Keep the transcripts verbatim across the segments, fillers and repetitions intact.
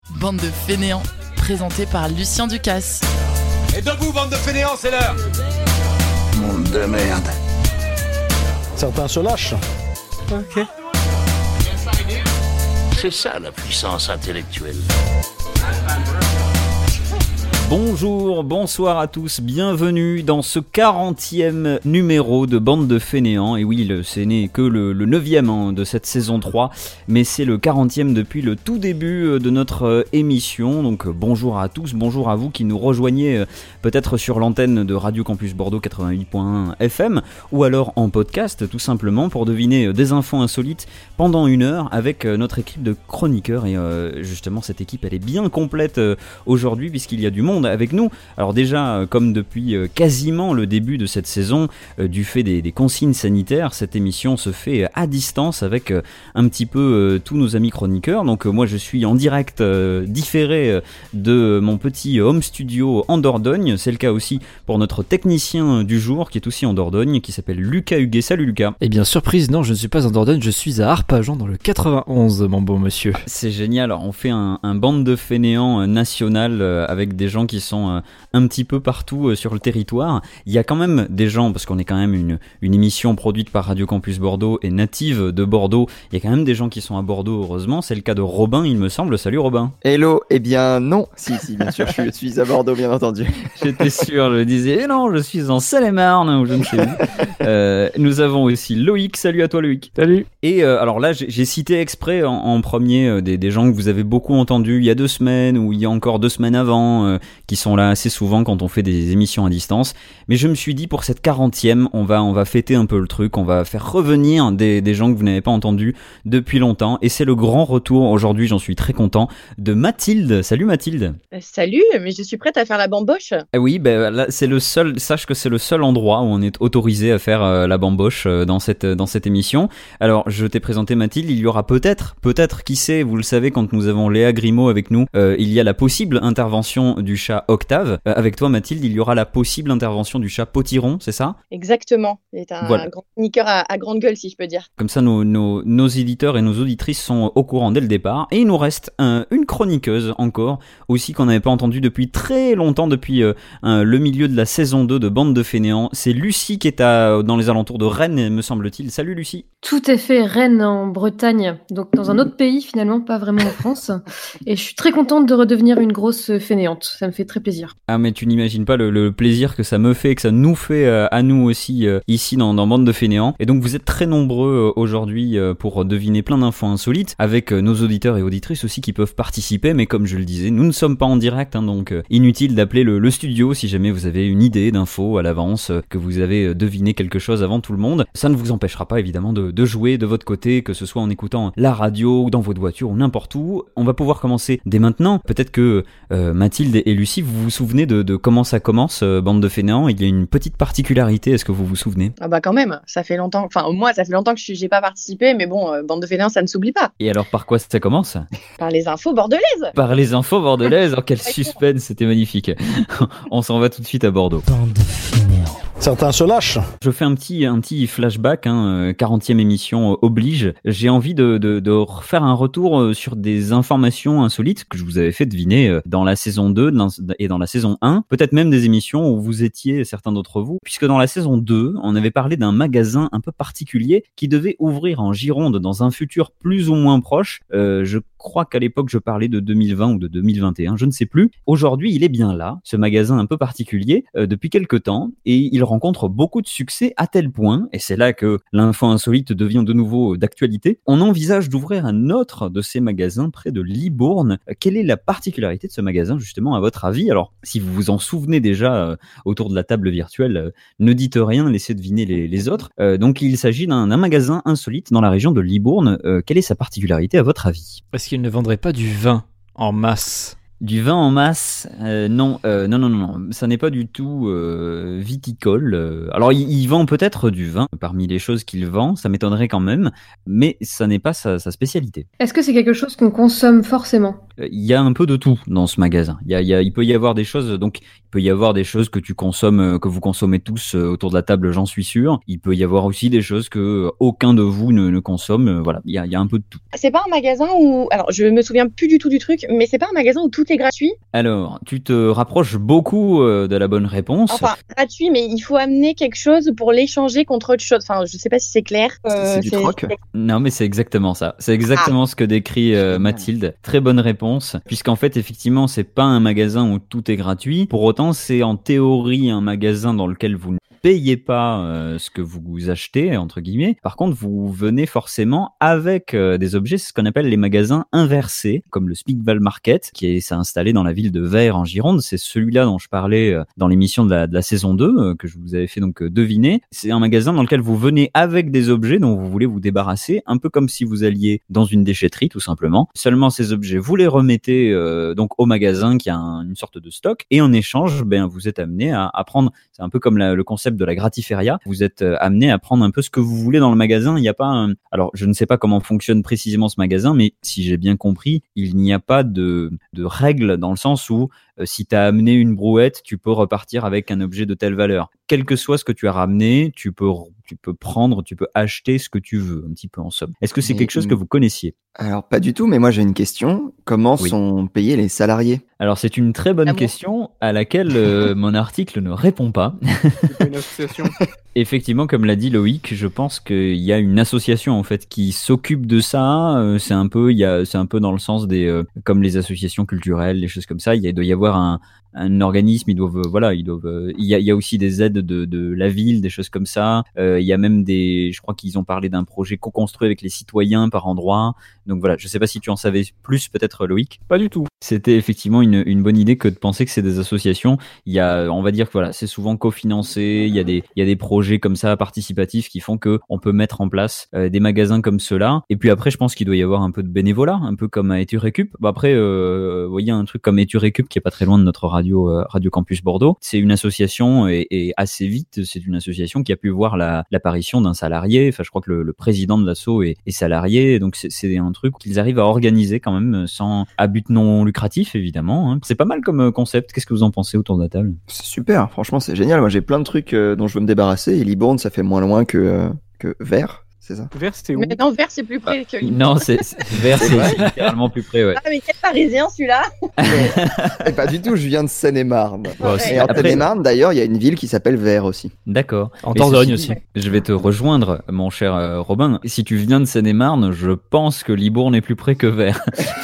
Bande de fainéants, présenté par Lucien Ducasse. Et debout, bande de fainéants, c'est l'heure. Monde de merde. Certains se lâchent. Ok. C'est ça la puissance intellectuelle. Bonjour, bonsoir à tous, bienvenue dans ce quarantième numéro de Bande de Fainéants. Et oui, le, ce n'est que le, le neuvième hein, de cette saison trois, mais c'est le quarantième depuis le tout début de notre euh, émission. Donc euh, bonjour à tous, bonjour à vous qui nous rejoignez euh, peut-être sur l'antenne de Radio Campus Bordeaux quatre-vingt-huit point un F M ou alors en podcast tout simplement pour deviner euh, des infos insolites pendant une heure avec euh, notre équipe de chroniqueurs. Et euh, justement cette équipe elle est bien complète euh, aujourd'hui puisqu'il y a du monde avec nous. Alors déjà, comme depuis quasiment le début de cette saison, du fait des, des consignes sanitaires, cette émission se fait à distance avec un petit peu tous nos amis chroniqueurs. Donc moi je suis en direct différé de mon petit home studio en Dordogne. C'est le cas aussi pour notre technicien du jour qui est aussi en Dordogne, qui s'appelle Lucas Huguet. Salut Lucas. Eh bien surprise, non je ne suis pas en Dordogne, je suis à Arpajon dans le quatre-vingt-onze mon beau monsieur. C'est génial, on fait un, un bande de fainéants national avec des gens qui sont euh, un petit peu partout euh, sur le territoire. Il y a quand même des gens, parce qu'on est quand même une, une émission produite par Radio Campus Bordeaux et native de Bordeaux, il y a quand même des gens qui sont à Bordeaux, heureusement. C'est le cas de Robin, il me semble. Salut Robin. Hello, eh bien non, si, si, bien sûr, je suis à Bordeaux, bien entendu. J'étais sûr, je disais, eh non, je suis en Seine-et-Marne, ou je ne sais où. Euh, nous avons aussi Loïc, salut à toi Loïc. Salut. Et euh, alors là, j'ai, j'ai cité exprès en, en premier euh, des, des gens que vous avez beaucoup entendus il y a deux semaines, ou il y a encore deux semaines avant, euh, qui sont là assez souvent quand on fait des émissions à distance. Mais je me suis dit pour cette quarantième, on va on va fêter un peu le truc, on va faire revenir des des gens que vous n'avez pas entendus depuis longtemps. Et c'est le grand retour aujourd'hui, j'en suis très content, de Mathilde. Salut Mathilde. Euh, salut, mais je suis prête à faire la bamboche. Eh oui, ben là c'est le seul. Sache que c'est le seul endroit où on est autorisé à faire euh, la bamboche euh, dans cette dans cette émission. Alors je t'ai présenté Mathilde. Il y aura peut-être peut-être qui sait. Vous le savez, quand nous avons Léa Grimaud avec nous, euh, il y a la possible intervention du chat Octave. Euh, avec toi Mathilde, il y aura la possible intervention du chat Potiron, c'est ça ? Exactement. Il est un, voilà. un grand chroniqueur à, à grande gueule, si je peux dire. Comme ça, nos, nos, nos éditeurs et nos auditrices sont au courant dès le départ. Et il nous reste un, une chroniqueuse encore, aussi qu'on n'avait pas entendue depuis très longtemps, depuis euh, un, le milieu de la saison deux de Bande de Fainéants. C'est Lucie qui est à, dans les alentours de Rennes, me semble-t-il. Salut Lucie. Tout est fait, Rennes en Bretagne, donc dans un autre pays finalement, pas vraiment en France. Et je suis très contente de redevenir une grosse fainéante, ça me fait très plaisir. Ah mais tu n'imagines pas le, le plaisir que ça me fait et que ça nous fait euh, à nous aussi euh, ici dans, dans Bande de Fainéants. Et donc vous êtes très nombreux euh, aujourd'hui euh, pour deviner plein d'infos insolites, avec euh, nos auditeurs et auditrices aussi qui peuvent participer, mais comme je le disais, nous ne sommes pas en direct, hein, donc euh, inutile d'appeler le, le studio si jamais vous avez une idée d'infos à l'avance, euh, que vous avez euh, deviné quelque chose avant tout le monde. Ça ne vous empêchera pas évidemment de, de jouer de votre côté, que ce soit en écoutant la radio ou dans votre voiture ou n'importe où. On va pouvoir commencer dès maintenant. Peut-être que euh, Mathilde et Lucie, vous vous souvenez de, de comment ça commence, euh, Bande de Fainéants. Il y a une petite particularité, est-ce que vous vous souvenez ? Ah bah quand même, ça fait longtemps, enfin moi ça fait longtemps que je j'ai pas participé, mais bon, euh, Bande de Fainéants, ça ne s'oublie pas. Et alors par quoi ça commence ? Par les infos bordelaises. Par les infos bordelaises. Oh quel suspense, c'était magnifique. On s'en va tout de suite à Bordeaux. Bande de fainéants. Certains se lâchent. Je fais un petit, un petit flashback, hein, quarantième émission oblige. J'ai envie de, de, de refaire un retour sur des informations insolites que je vous avais fait deviner dans la saison deux et dans la saison un. Peut-être même des émissions où vous étiez, certains d'entre vous, puisque dans la saison deux, on avait parlé d'un magasin un peu particulier qui devait ouvrir en Gironde dans un futur plus ou moins proche. Euh, je crois qu'à l'époque, je parlais de deux mille vingt ou de deux mille vingt et un, je ne sais plus. Aujourd'hui, il est bien là, ce magasin un peu particulier, euh, depuis quelques temps, et il rencontre beaucoup de succès à tel point, et c'est là que l'info insolite devient de nouveau d'actualité, on envisage d'ouvrir un autre de ces magasins près de Libourne. Quelle est la particularité de ce magasin, justement, à votre avis ? Alors, si vous vous en souvenez déjà euh, autour de la table virtuelle, euh, ne dites rien, laissez deviner les, les autres. Euh, donc, il s'agit d'un, d'un magasin insolite dans la région de Libourne. Euh, quelle est sa particularité, à votre avis ? Est-ce qu'il ne vendrait pas du vin en masse ? Du vin en masse, euh, non, euh, non, non, non, non, ça n'est pas du tout euh, viticole. Euh, alors, il, il vend peut-être du vin parmi les choses qu'il vend, ça m'étonnerait quand même, mais ça n'est pas sa, sa spécialité. Est-ce que c'est quelque chose qu'on consomme forcément ? il y a un peu de tout dans ce magasin. Il y a, il y a, il peut y avoir des choses, donc il peut y avoir des choses que tu consommes, que vous consommez tous autour de la table, j'en suis sûr. Il peut y avoir aussi des choses que aucun de vous ne, ne consomme. Voilà, il y a, il y a un peu de tout. C'est pas un magasin où, alors je me souviens plus du tout du truc, mais c'est pas un magasin où tout est gratuit. Alors, tu te rapproches beaucoup de la bonne réponse. Enfin, gratuit, mais il faut amener quelque chose pour l'échanger contre autre chose. Enfin, je sais pas si c'est clair. Euh, c'est du c'est... troc. Non, mais c'est exactement ça. C'est exactement ah. ce que décrit euh, Mathilde. Très bonne réponse, puisqu'en fait, effectivement, c'est pas un magasin où tout est gratuit. Pour autant, c'est en théorie un magasin dans lequel vous ne payez pas euh, ce que vous achetez, entre guillemets. Par contre, vous venez forcément avec euh, des objets, c'est ce qu'on appelle les magasins inversés, comme le Spigval Market, qui est, s'est installé dans la ville de Vayres en Gironde. C'est celui-là dont je parlais euh, dans l'émission de la, de la saison deux, euh, que je vous avais fait donc euh, deviner. C'est un magasin dans lequel vous venez avec des objets dont vous voulez vous débarrasser, un peu comme si vous alliez dans une déchetterie, tout simplement. Seulement, ces objets, vous les remettez euh, donc au magasin qui a un, une sorte de stock, et en échange, ben, vous êtes amené à, à prendre, c'est un peu comme la, le concept de la gratiféria, vous êtes amené à prendre un peu ce que vous voulez dans le magasin. Il n'y a pas un... Alors, je ne sais pas comment fonctionne précisément ce magasin, mais si j'ai bien compris, il n'y a pas de, de règles dans le sens où euh, si tu as amené une brouette, tu peux repartir avec un objet de telle valeur. Quel que soit ce que tu as ramené, tu peux, tu peux prendre, tu peux acheter ce que tu veux, un petit peu en somme. Est-ce que c'est mais, quelque chose que vous connaissiez ? Alors, pas du tout, mais moi j'ai une question. Comment oui. sont payés les salariés ? Alors, c'est une très bonne ah bon question à laquelle euh, mon article ne répond pas. C'est une association. Effectivement, comme l'a dit Loïc, je pense qu'il y a une association en fait qui s'occupe de ça. Euh, c'est un peu, il y a, c'est un peu dans le sens des, euh, comme les associations culturelles, les choses comme ça. Il, y a, il doit y avoir un, un organisme. Ils doivent, voilà, ils doivent. Euh, il y a, il y a aussi des aides de, de la ville, des choses comme ça. Euh, il y a même des, je crois qu'ils ont parlé d'un projet co-construit avec les citoyens par endroit. Donc voilà, je sais pas si tu en savais plus, peut-être Loïc. Pas du tout. C'était effectivement une, une bonne idée que de penser que c'est des associations. Il y a, on va dire que voilà, c'est souvent cofinancé. Il y a des, il y a des projets comme ça participatifs qui font que on peut mettre en place euh, des magasins comme ceux-là. Et puis après, je pense qu'il doit y avoir un peu de bénévolat, un peu comme à Eturecup. Bah après, euh, vous voyez un truc comme Eturecup qui est pas très loin de notre radio, euh, Radio Campus Bordeaux. C'est une association et, et assez vite, c'est une association qui a pu voir la, l'apparition d'un salarié. Enfin, je crois que le, le président de l'asso est, est salarié. Donc c'est, c'est un truc qu'ils arrivent à organiser quand même sans à but non lucratif évidemment. Hein. C'est pas mal comme concept. Qu'est-ce que vous en pensez autour de la table ? C'est super. Franchement, c'est génial. Moi, j'ai plein de trucs euh, dont je veux me débarrasser. Et Libourne, ça fait moins loin que euh, que Vayres. C'est ça. Vayres, c'était où ? Mais non, Vayres, c'est plus près ah, que Libourne. Non, c'est, c'est Vayres, c'est, c'est littéralement plus près, ouais. Ah, mais quel parisien, celui-là. Et pas du tout, je viens de Seine-et-Marne. Bon, et en après... Seine-et-Marne, d'ailleurs, il y a une ville qui s'appelle Vayres aussi. D'accord. En Dordogne aussi. Je vais te rejoindre, mon cher euh, Robin. Si tu viens de Seine-et-Marne, je pense que Libourne est plus près que Vayres.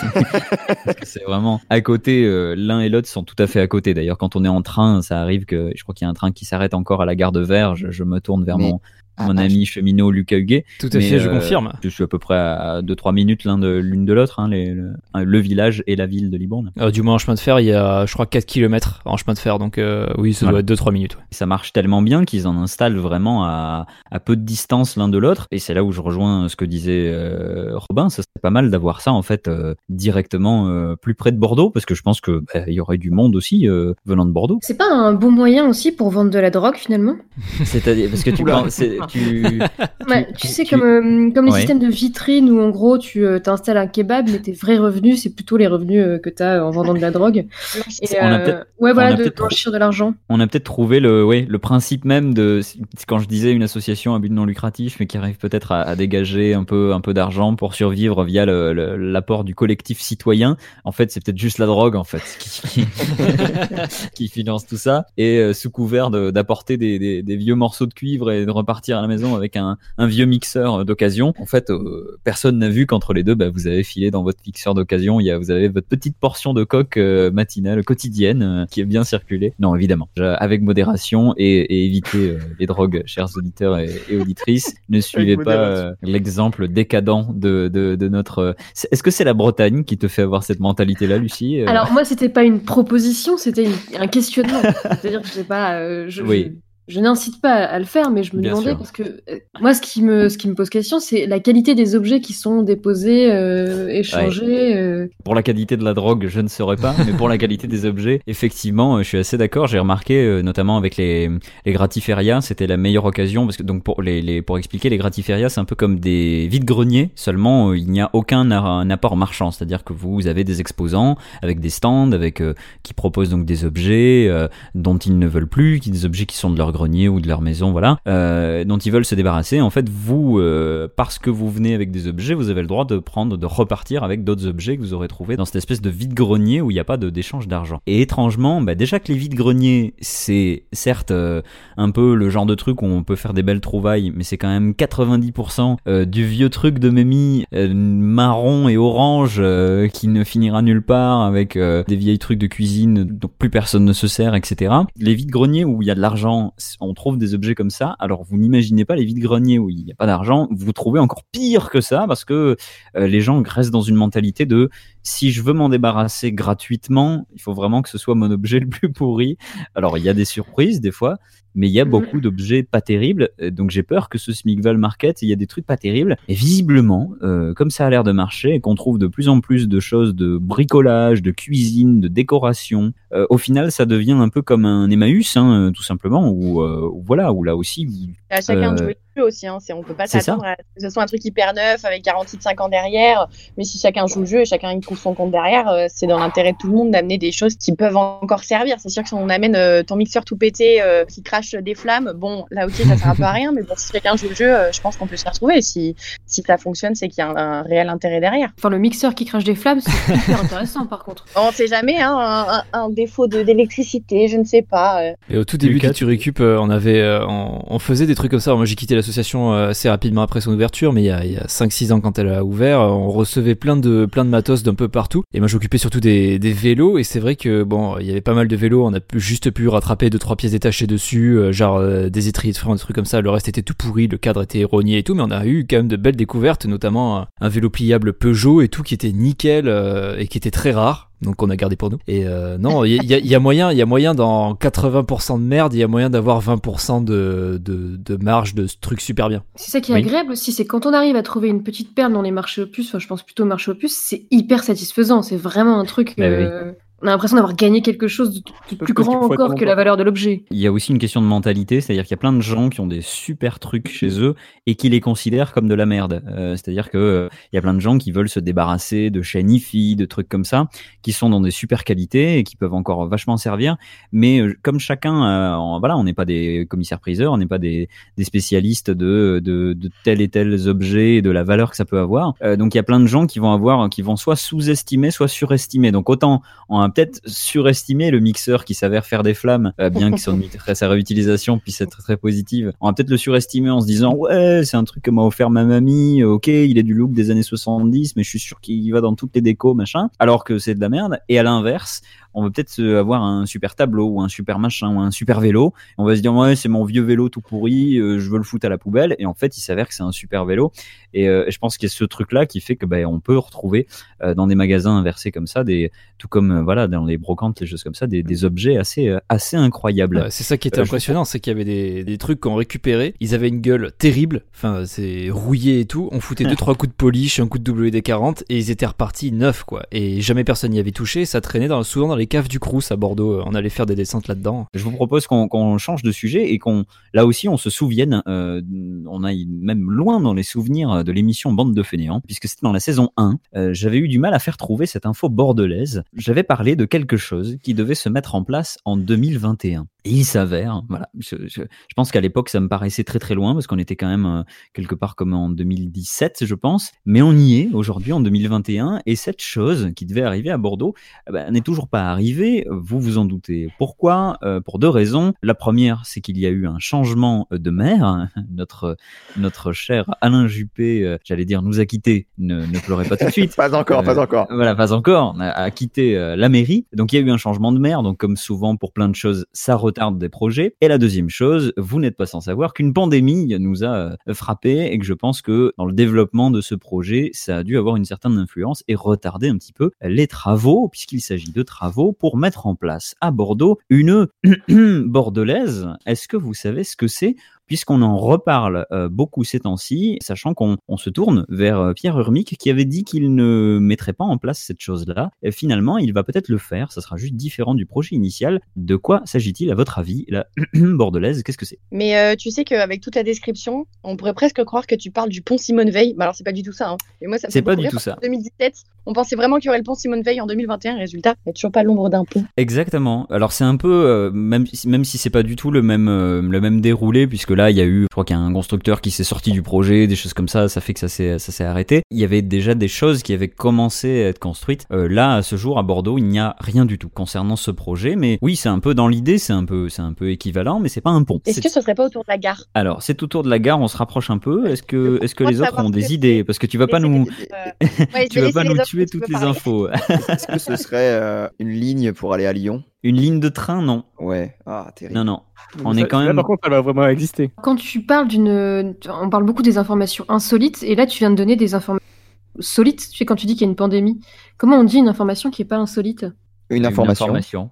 C'est vraiment à côté, euh, l'un et l'autre sont tout à fait à côté. D'ailleurs, quand on est en train, ça arrive que, je crois qu'il y a un train qui s'arrête encore à la gare de Vayres. Je, je me tourne vers Mais... mon... mon ah, ami cheminot Lucas Huguet. Tout à mais, fait, je euh, confirme. Je suis à peu près à deux trois minutes l'un de, l'une de l'autre, hein, les, le, le village et la ville de Libourne. Euh, du moins en chemin de fer, il y a, je crois, quatre kilomètres en chemin de fer, donc euh, oui, ça voilà. doit être deux trois minutes. Ouais. Ça marche tellement bien qu'ils en installent vraiment à, à peu de distance l'un de l'autre, et c'est là où je rejoins ce que disait euh, Robin, ça serait pas mal d'avoir ça en fait euh, directement euh, plus près de Bordeaux, parce que je pense que bah, il y aurait du monde aussi euh, venant de Bordeaux. C'est pas un bon moyen aussi pour vendre de la drogue finalement ? C'est-à-dire, parce que tu penses, c'est, tu... Ouais, tu, tu sais, tu... comme, euh, comme les ouais. systèmes de vitrine où en gros tu euh, t'installes un kebab, mais tes vrais revenus, c'est plutôt les revenus euh, que tu as en vendant de la drogue. Et, on a euh, ouais, voilà, de blanchir de l'argent. On a peut-être trouvé le, ouais, le principe même de, quand je disais une association à but non lucratif, mais qui arrive peut-être à, à dégager un peu, un peu d'argent pour survivre via le, le, l'apport du collectif citoyen. En fait, c'est peut-être juste la drogue, en fait, qui, qui finance tout ça. Et euh, sous couvert de, d'apporter des, des, des vieux morceaux de cuivre et de repartir à la maison avec un, un vieux mixeur d'occasion. En fait, euh, personne n'a vu qu'entre les deux, bah, vous avez filé dans votre mixeur d'occasion, il y a, vous avez votre petite portion de coke euh, matinale, quotidienne, euh, qui est bien circulée. Non, évidemment, avec modération et, et éviter euh, les drogues, chers auditeurs et, et auditrices. Ne suivez pas euh, l'exemple décadent de, de, de notre... Euh... Est-ce que c'est la Bretagne qui te fait avoir cette mentalité-là, Lucie euh... Alors moi, c'était pas une proposition, c'était une, un questionnement. C'est-à-dire que je sais pas... Euh, je, oui. je... Je n'incite pas à le faire, mais je me Bien demandais sûr. parce que euh, moi, ce qui me, ce qui me pose question, c'est la qualité des objets qui sont déposés, euh, échangés. euh. Pour la qualité de la drogue, je ne saurais pas, mais pour la qualité des objets, effectivement, euh, je suis assez d'accord. J'ai remarqué, euh, notamment avec les, les gratiférias, c'était la meilleure occasion parce que donc pour les, les pour expliquer, les gratiférias, c'est un peu comme des vides-greniers, seulement euh, il n'y a aucun a- un apport marchand, c'est-à-dire que vous avez des exposants avec des stands, avec euh, qui proposent donc des objets euh, dont ils ne veulent plus, qui des objets qui sont de leur grenier ou de leur maison, voilà, euh, dont ils veulent se débarrasser. En fait, vous, euh, parce que vous venez avec des objets, vous avez le droit de prendre, de repartir avec d'autres objets que vous aurez trouvés dans cette espèce de vide-grenier où il n'y a pas de, d'échange d'argent. Et étrangement, bah déjà que les vide-greniers, c'est certes euh, un peu le genre de truc où on peut faire des belles trouvailles, mais c'est quand même quatre-vingt-dix pour cent euh, du vieux truc de Mémie, euh, marron et orange, euh, qui ne finira nulle part, avec euh, des vieilles trucs de cuisine dont plus personne ne se sert, et cetera. Les vide-greniers où il y a de l'argent, on trouve des objets comme ça. Alors vous n'imaginez pas les vide-greniers où il n'y a pas d'argent, vous trouvez encore pire que ça, parce que euh, les gens restent dans une mentalité de si je veux m'en débarrasser gratuitement, il faut vraiment que ce soit mon objet le plus pourri. Alors il y a des surprises des fois, mais il y a beaucoup d'objets pas terribles, euh, donc j'ai peur que ce Smigval Market, il y a des trucs pas terribles. Et visiblement, euh, comme ça a l'air de marcher et qu'on trouve de plus en plus de choses de bricolage, de cuisine, de décoration, euh, au final ça devient un peu comme un Emmaüs, hein, tout simplement, où, euh, où voilà, où là aussi vous, À chacun de euh, jouer le jeu aussi, hein. C'est, on peut pas c'est s'attendre à ce que ce soit un truc hyper neuf avec garantie de cinq ans derrière, mais si chacun joue le jeu et chacun y trouve son compte derrière, euh, c'est dans l'intérêt de tout le monde d'amener des choses qui peuvent encore servir. C'est sûr que si on amène euh, ton mixeur tout pété euh, qui crache des flammes, bon là ok ça sert un peu à rien, mais bon si chacun joue le jeu, euh, je pense qu'on peut s'y retrouver. Si, si ça fonctionne, c'est qu'il y a un, un réel intérêt derrière. Enfin, le mixeur qui crache des flammes, c'est hyper intéressant par contre. On sait jamais, hein, un, un, un défaut de, d'électricité, je ne sais pas. euh. Et au tout début Lucas, de Tu Récup, euh, on avait, euh, on, on faisait des trucs comme ça. Alors moi, j'ai quitté l'association euh, assez rapidement après son ouverture, mais il y a, il y a cinq six ans quand elle a ouvert, euh, on recevait plein de, plein de matos d'un peu partout. Et moi, j'occupais surtout des, des vélos. Et c'est vrai que bon, il y avait pas mal de vélos. On a pu, juste pu rattraper deux trois pièces détachées dessus, euh, genre euh, des étriers de frein, des trucs comme ça. Le reste était tout pourri, le cadre était rogné et tout. Mais on a eu quand même de belles découvertes, notamment un, un vélo pliable Peugeot et tout qui était nickel euh, et qui était très rare. Donc on a gardé pour nous. Et euh, non, il y, y, y a moyen, il y a moyen dans quatre-vingts pour cent de merde, il y a moyen d'avoir vingt pour cent de, de, de marge de ce truc super bien. C'est ça qui est Oui. agréable aussi, c'est quand on arrive à trouver une petite perle dans les marchés aux puces, enfin je pense plutôt marché aux puces, c'est hyper satisfaisant. C'est vraiment un truc. Bah euh, On a l'impression d'avoir gagné quelque chose de, de plus Parce qu'il grand faut encore attendre que la encore. valeur de l'objet. il y a aussi une question de mentalité, c'est-à-dire qu'il y a plein de gens qui ont des super trucs chez eux et qui les considèrent comme de la merde. Euh, c'est-à-dire que euh, il y a plein de gens qui veulent se débarrasser de chaînes hi-fi, de trucs comme ça, qui sont dans des super qualités et qui peuvent encore vachement servir. Mais euh, comme chacun, euh, en- voilà, on n'est pas des commissaires-priseurs, on n'est pas des, des spécialistes de, de, de tel et tel objet et de la valeur que ça peut avoir. Euh, donc il y a plein de gens qui vont avoir, qui vont soit sous-estimer, soit surestimer. Donc autant on a peut-être surestimer le mixeur qui s'avère faire des flammes, euh, bien que son, sa réutilisation puisse être très positive. On va peut-être le surestimer en se disant ouais, c'est un truc que m'a offert ma mamie, ok, il est du look des années soixante-dix, mais je suis sûr qu'il va dans toutes les décos, machin, alors que c'est de la merde. Et à l'inverse, on va peut-être avoir un super tableau ou un super machin ou un super vélo. On va se dire ouais, c'est mon vieux vélo tout pourri, euh, je veux le foutre à la poubelle. Et en fait, il s'avère que c'est un super vélo. Et euh, je pense qu'il y a ce truc-là qui fait que ben on peut retrouver euh, dans des magasins inversés comme ça, des tout comme euh, voilà dans les brocantes, les choses comme ça, des, des objets assez euh, assez incroyables. Ouais, c'est ça qui était Euh, je impressionnant, c'est qu'il y avait des, des trucs qu'on récupérait, ils avaient une gueule terrible, enfin c'est rouillé et tout, on foutait deux trois coups de polish, un coup de W D quarante et ils étaient repartis neufs quoi, et jamais personne n'y avait touché, ça traînait dans, souvent dans les caves du Crous à Bordeaux, on allait faire des descentes là-dedans. Je vous propose qu'on, qu'on change de sujet et qu'on, là aussi, on se souvienne, euh, on aille même loin dans les souvenirs de l'émission Bande de Fainéants, puisque c'était dans la saison un. Euh, j'avais eu du mal à faire trouver cette info bordelaise. J'avais parlé de quelque chose qui devait se mettre en place en deux mille vingt et un. Et il s'avère, voilà, je, je, je pense qu'à l'époque, ça me paraissait très très loin, parce qu'on était quand même euh, quelque part comme en deux mille dix-sept, je pense. Mais on y est aujourd'hui, en deux mille vingt et un, et cette chose qui devait arriver à Bordeaux, eh ben, n'est toujours pas arrivée, vous vous en doutez. Pourquoi ? euh, Pour deux raisons. La première, c'est qu'il y a eu un changement de maire. Notre, notre cher Alain Juppé, euh, j'allais dire, nous a quittés. Ne, ne pleurez pas tout de suite. Pas encore, Euh, pas encore. Voilà, pas encore. A, a quitté euh, la mairie. Donc il y a eu un changement de maire. Donc comme souvent pour plein de choses, ça retarde des projets. Et la deuxième chose, vous n'êtes pas sans savoir qu'une pandémie nous a euh, frappé et que je pense que dans le développement de ce projet, ça a dû avoir une certaine influence et retarder un petit peu les travaux, puisqu'il s'agit de travaux faut pour mettre en place à Bordeaux une bordelaise. Est-ce que vous savez ce que c'est ? Puisqu'on en reparle euh, beaucoup ces temps-ci, sachant qu'on on se tourne vers euh, Pierre Urmic qui avait dit qu'il ne mettrait pas en place cette chose-là. Et finalement, il va peut-être le faire, ça sera juste différent du projet initial. De quoi s'agit-il à votre avis, la bordelaise ? Qu'est-ce que c'est ? Mais euh, tu sais qu'avec toute la description, on pourrait presque croire que tu parles du pont Simone Veil. Bah alors c'est pas du tout ça. Hein. Et moi, ça me c'est fait pas beaucoup du rire tout parce ça. qu'en deux mille dix-sept, on pensait vraiment qu'il y aurait le pont Simone Veil en deux mille vingt et un. Résultat, il n'y a toujours pas l'ombre d'un pont. Exactement. Alors c'est un peu, euh, même, même si c'est pas du tout le même, euh, le même déroulé, puisque là il y a eu, je crois qu'il y a un constructeur qui s'est sorti du projet, des choses comme ça, ça fait que ça s'est, ça s'est arrêté. Il y avait déjà des choses qui avaient commencé à être construites. Euh, là, à ce jour, à Bordeaux, il n'y a rien du tout concernant ce projet. Mais oui, c'est un peu dans l'idée, c'est un peu, c'est un peu équivalent, mais c'est pas un pont. Est-ce c'est... que ce serait pas autour de la gare ? Alors, c'est autour de la gare, on se rapproche un peu. Est-ce que, est-ce que Moi, les autres savoir ont ce des que idées ? c'est. Parce que tu vas pas Laissez nous, les- euh, ouais, je tu vais vas pas laisser nous les autres tuer qui toutes peuvent les parler. infos. Est-ce que ce serait euh, une ligne pour aller à Lyon ? Une ligne de train, non. Ouais. Ah, terrible. Non, non. On Ça- est quand là, même. par contre, elle va vraiment exister. Quand tu parles d'une... On parle beaucoup des informations insolites, et là, tu viens de donner des informations solides. Tu sais, quand tu dis qu'il y a une pandémie, comment on dit une information qui n'est pas insolite ? Une information. information.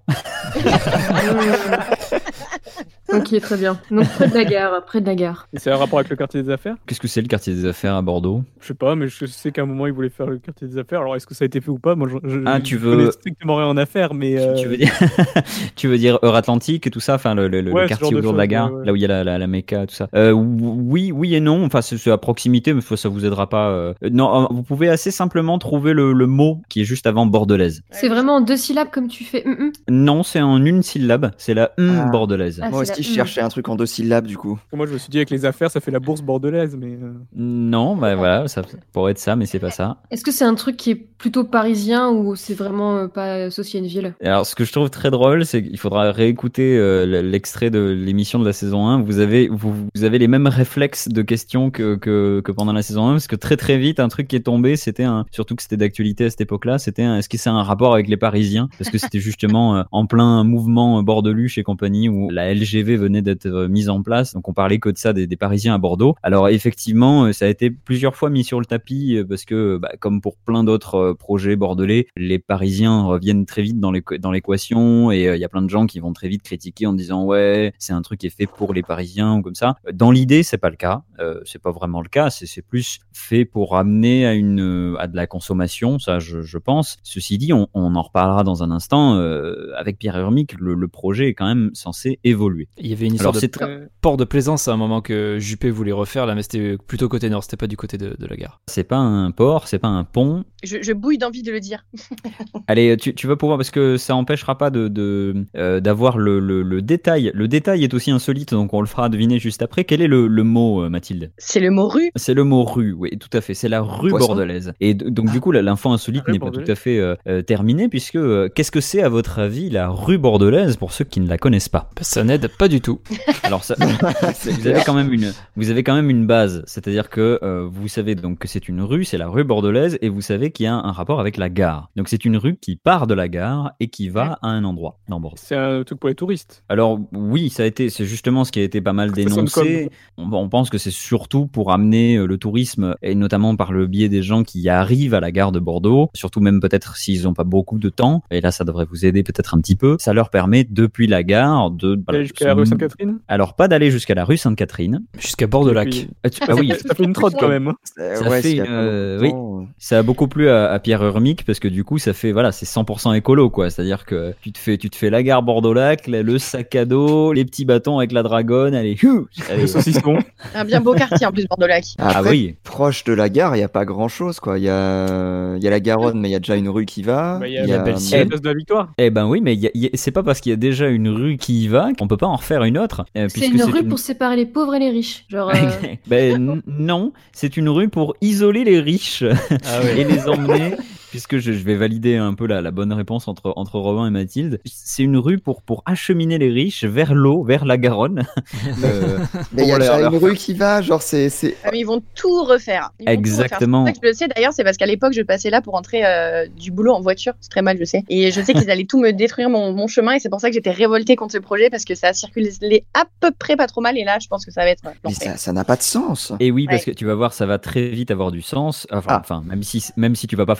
Ok, très bien. Donc, près de la gare, près de la gare. Et c'est un rapport avec le quartier des affaires ? Qu'est-ce que c'est le quartier des affaires à Bordeaux ? Je sais pas, mais je sais qu'à un moment, ils voulaient faire le quartier des affaires. Alors, est-ce que ça a été fait ou pas ? Moi, je, je, Ah, je tu connais veux- strictement rien en affaires, mais... euh, Tu veux dire, tu veux dire Euratlantique et tout ça, enfin le, le, le Ouais, ce quartier genre de autour de la choses, gare, ouais, ouais. là où il y a la, la, la Mecca, tout ça. Euh, oui, oui et non. Enfin, c'est, c'est à proximité, mais ça vous aidera pas. euh. Non, vous pouvez assez simplement trouver le, le mot qui est juste avant bordelaise. C'est vraiment en deux syllabes comme tu fais. hum, hum. Non, c'est en une syllabe. C'est la hum Ah. bordelaise. Ah, Moi c'est aussi, la- je cherchais un truc en deux syllabes, du coup. Moi, je me suis dit, avec les affaires, ça fait la bourse bordelaise, mais... euh, Non, bah voilà, ça pourrait être ça, mais c'est pas ça. Est-ce que c'est un truc qui est plutôt parisien ou c'est vraiment euh, pas associé à une ville ? Alors, ce que je trouve très drôle, c'est qu'il faudra réécouter euh, l'extrait de l'émission de la saison un. Vous avez, vous, vous avez les mêmes réflexes de questions que, que, que pendant la saison un, parce que très très vite, un truc qui est tombé, c'était un, surtout que c'était d'actualité à cette époque-là, c'était un, est-ce que c'est un rapport avec les Parisiens ? Parce que c'était justement euh, en plein mouvement euh, Bordeluche et compagnie où la L G V venait d'être euh, mise en place. Donc, on parlait que de ça des, des Parisiens à Bordeaux. Alors, effectivement, euh, ça a été plusieurs fois mis sur le tapis euh, parce que, bah, comme pour plein d'autres euh, projets bordelais, les Parisiens reviennent très vite dans l'équ- dans l'équation et il euh, y a plein de gens qui vont très vite critiquer en disant ouais, c'est un truc qui est fait pour les Parisiens ou comme ça. Dans l'idée, c'est pas le cas. Euh, c'est pas vraiment le cas. C'est, c'est plus fait pour amener à une à de la consommation, ça, je, je pense. Ceci dit, on, on en reparlera dans un instant. Euh, avec Pierre Urmic, le, le projet est quand même censé évoluer. Il y avait une histoire Alors, de c'est euh, port de plaisance à un moment que Juppé voulait refaire, là, mais c'était plutôt côté nord, c'était pas du côté de, de la gare. C'est pas un port, c'est pas un pont. Je, je bouille d'envie de le dire. Allez, tu, tu vas pouvoir, parce que ça empêchera pas de, de euh, d'avoir le, le, le détail. Le détail est aussi insolite, donc on le fera deviner juste après. Quel est le, le mot, euh, Mathilde ? C'est le mot rue. C'est le mot rue, oui, tout à fait. C'est la rue Poisson. bordelaise. Et d- donc du coup, la- l'info insolite rue n'est pas bordelaise. tout à fait euh, euh, terminée, puisque euh, qu'est-ce que c'est à votre avis la rue bordelaise pour ceux qui ne la connaissent pas ? Bah, ça n'aide pas du tout. Alors ça, vous avez quand même une, vous avez quand même une base, c'est-à-dire que euh, vous savez donc que c'est une rue, c'est la rue bordelaise, et vous savez qu'il y a un rapport avec la gare. Donc c'est une rue qui part de la gare et qui va à un endroit dans Bordeaux. C'est un truc pour les touristes. Alors oui, ça a été, c'est justement ce qui a été pas mal Ça sonne dénoncé. On, on pense que c'est surtout pour amener euh, le tourisme, et notamment par le biais des gens qui arrivent à la gare de Bordeaux, surtout même peut-être s'ils n'ont pas beaucoup de temps, et là ça devrait vous aider peut-être un petit peu. Ça leur permet depuis la gare de... Aller voilà, jusqu'à la se- rue Sainte-Catherine. Alors pas d'aller jusqu'à la rue Sainte-Catherine. Jusqu'à bord de Et lac. puis- Ah, tu- ah oui, Ça fait une trotte quand même. hein. Euh, Ça fait s'il y a une, pas euh, longtemps, euh, ça a beaucoup plu à, à Pierre Urmic parce que du coup ça fait voilà, c'est cent pour cent écolo quoi, c'est-à-dire que tu te fais tu te fais la gare Bordeaux-Lac, le, le sac à dos, les petits bâtons avec la dragonne, allez, hou, allez. Le saucisson. Un bien beau quartier en plus, Bordeaux-Lac. Ah Après, oui. proche de la gare, il n'y a pas grand-chose, quoi. Il y a, il y a la Garonne, mais il y a déjà une rue qui va. Bah, Il y a Il y a- la Belle-Ciel. la place de la Victoire. Eh ben oui, mais il y a- il y a- c'est pas parce qu'il y a déjà une rue qui y va qu'on peut pas en refaire une autre. euh, C'est puisque une rue pour séparer les pauvres et les riches. Genre, euh, Ben n- non, c'est une rue pour isoler les riches et les emmener. Puisque je, je vais valider un peu la, la bonne réponse entre, entre Robin et Mathilde. C'est une rue pour, pour acheminer les riches vers l'eau, vers la Garonne. Euh, Mais il y a pour déjà leur- une rue qui va, genre c'est. c'est... Ah, mais ils vont tout refaire. Ils vont tout Exactement. refaire. C'est pour ça que je le sais d'ailleurs, c'est parce qu'à l'époque, je passais là pour rentrer euh, du boulot en voiture. C'est très mal, je sais. Et je sais qu'ils allaient tout me détruire mon, mon chemin. Et c'est pour ça que j'étais révoltée contre ce projet parce que ça a circulé à peu près pas trop mal. Et là, je pense que ça va être Mais l'enfer. ça ça n'a pas de sens. Et oui, parce Ouais. que tu vas voir, ça va très vite avoir du sens. Enfin, Ah. enfin même si même si tu vas pas forcément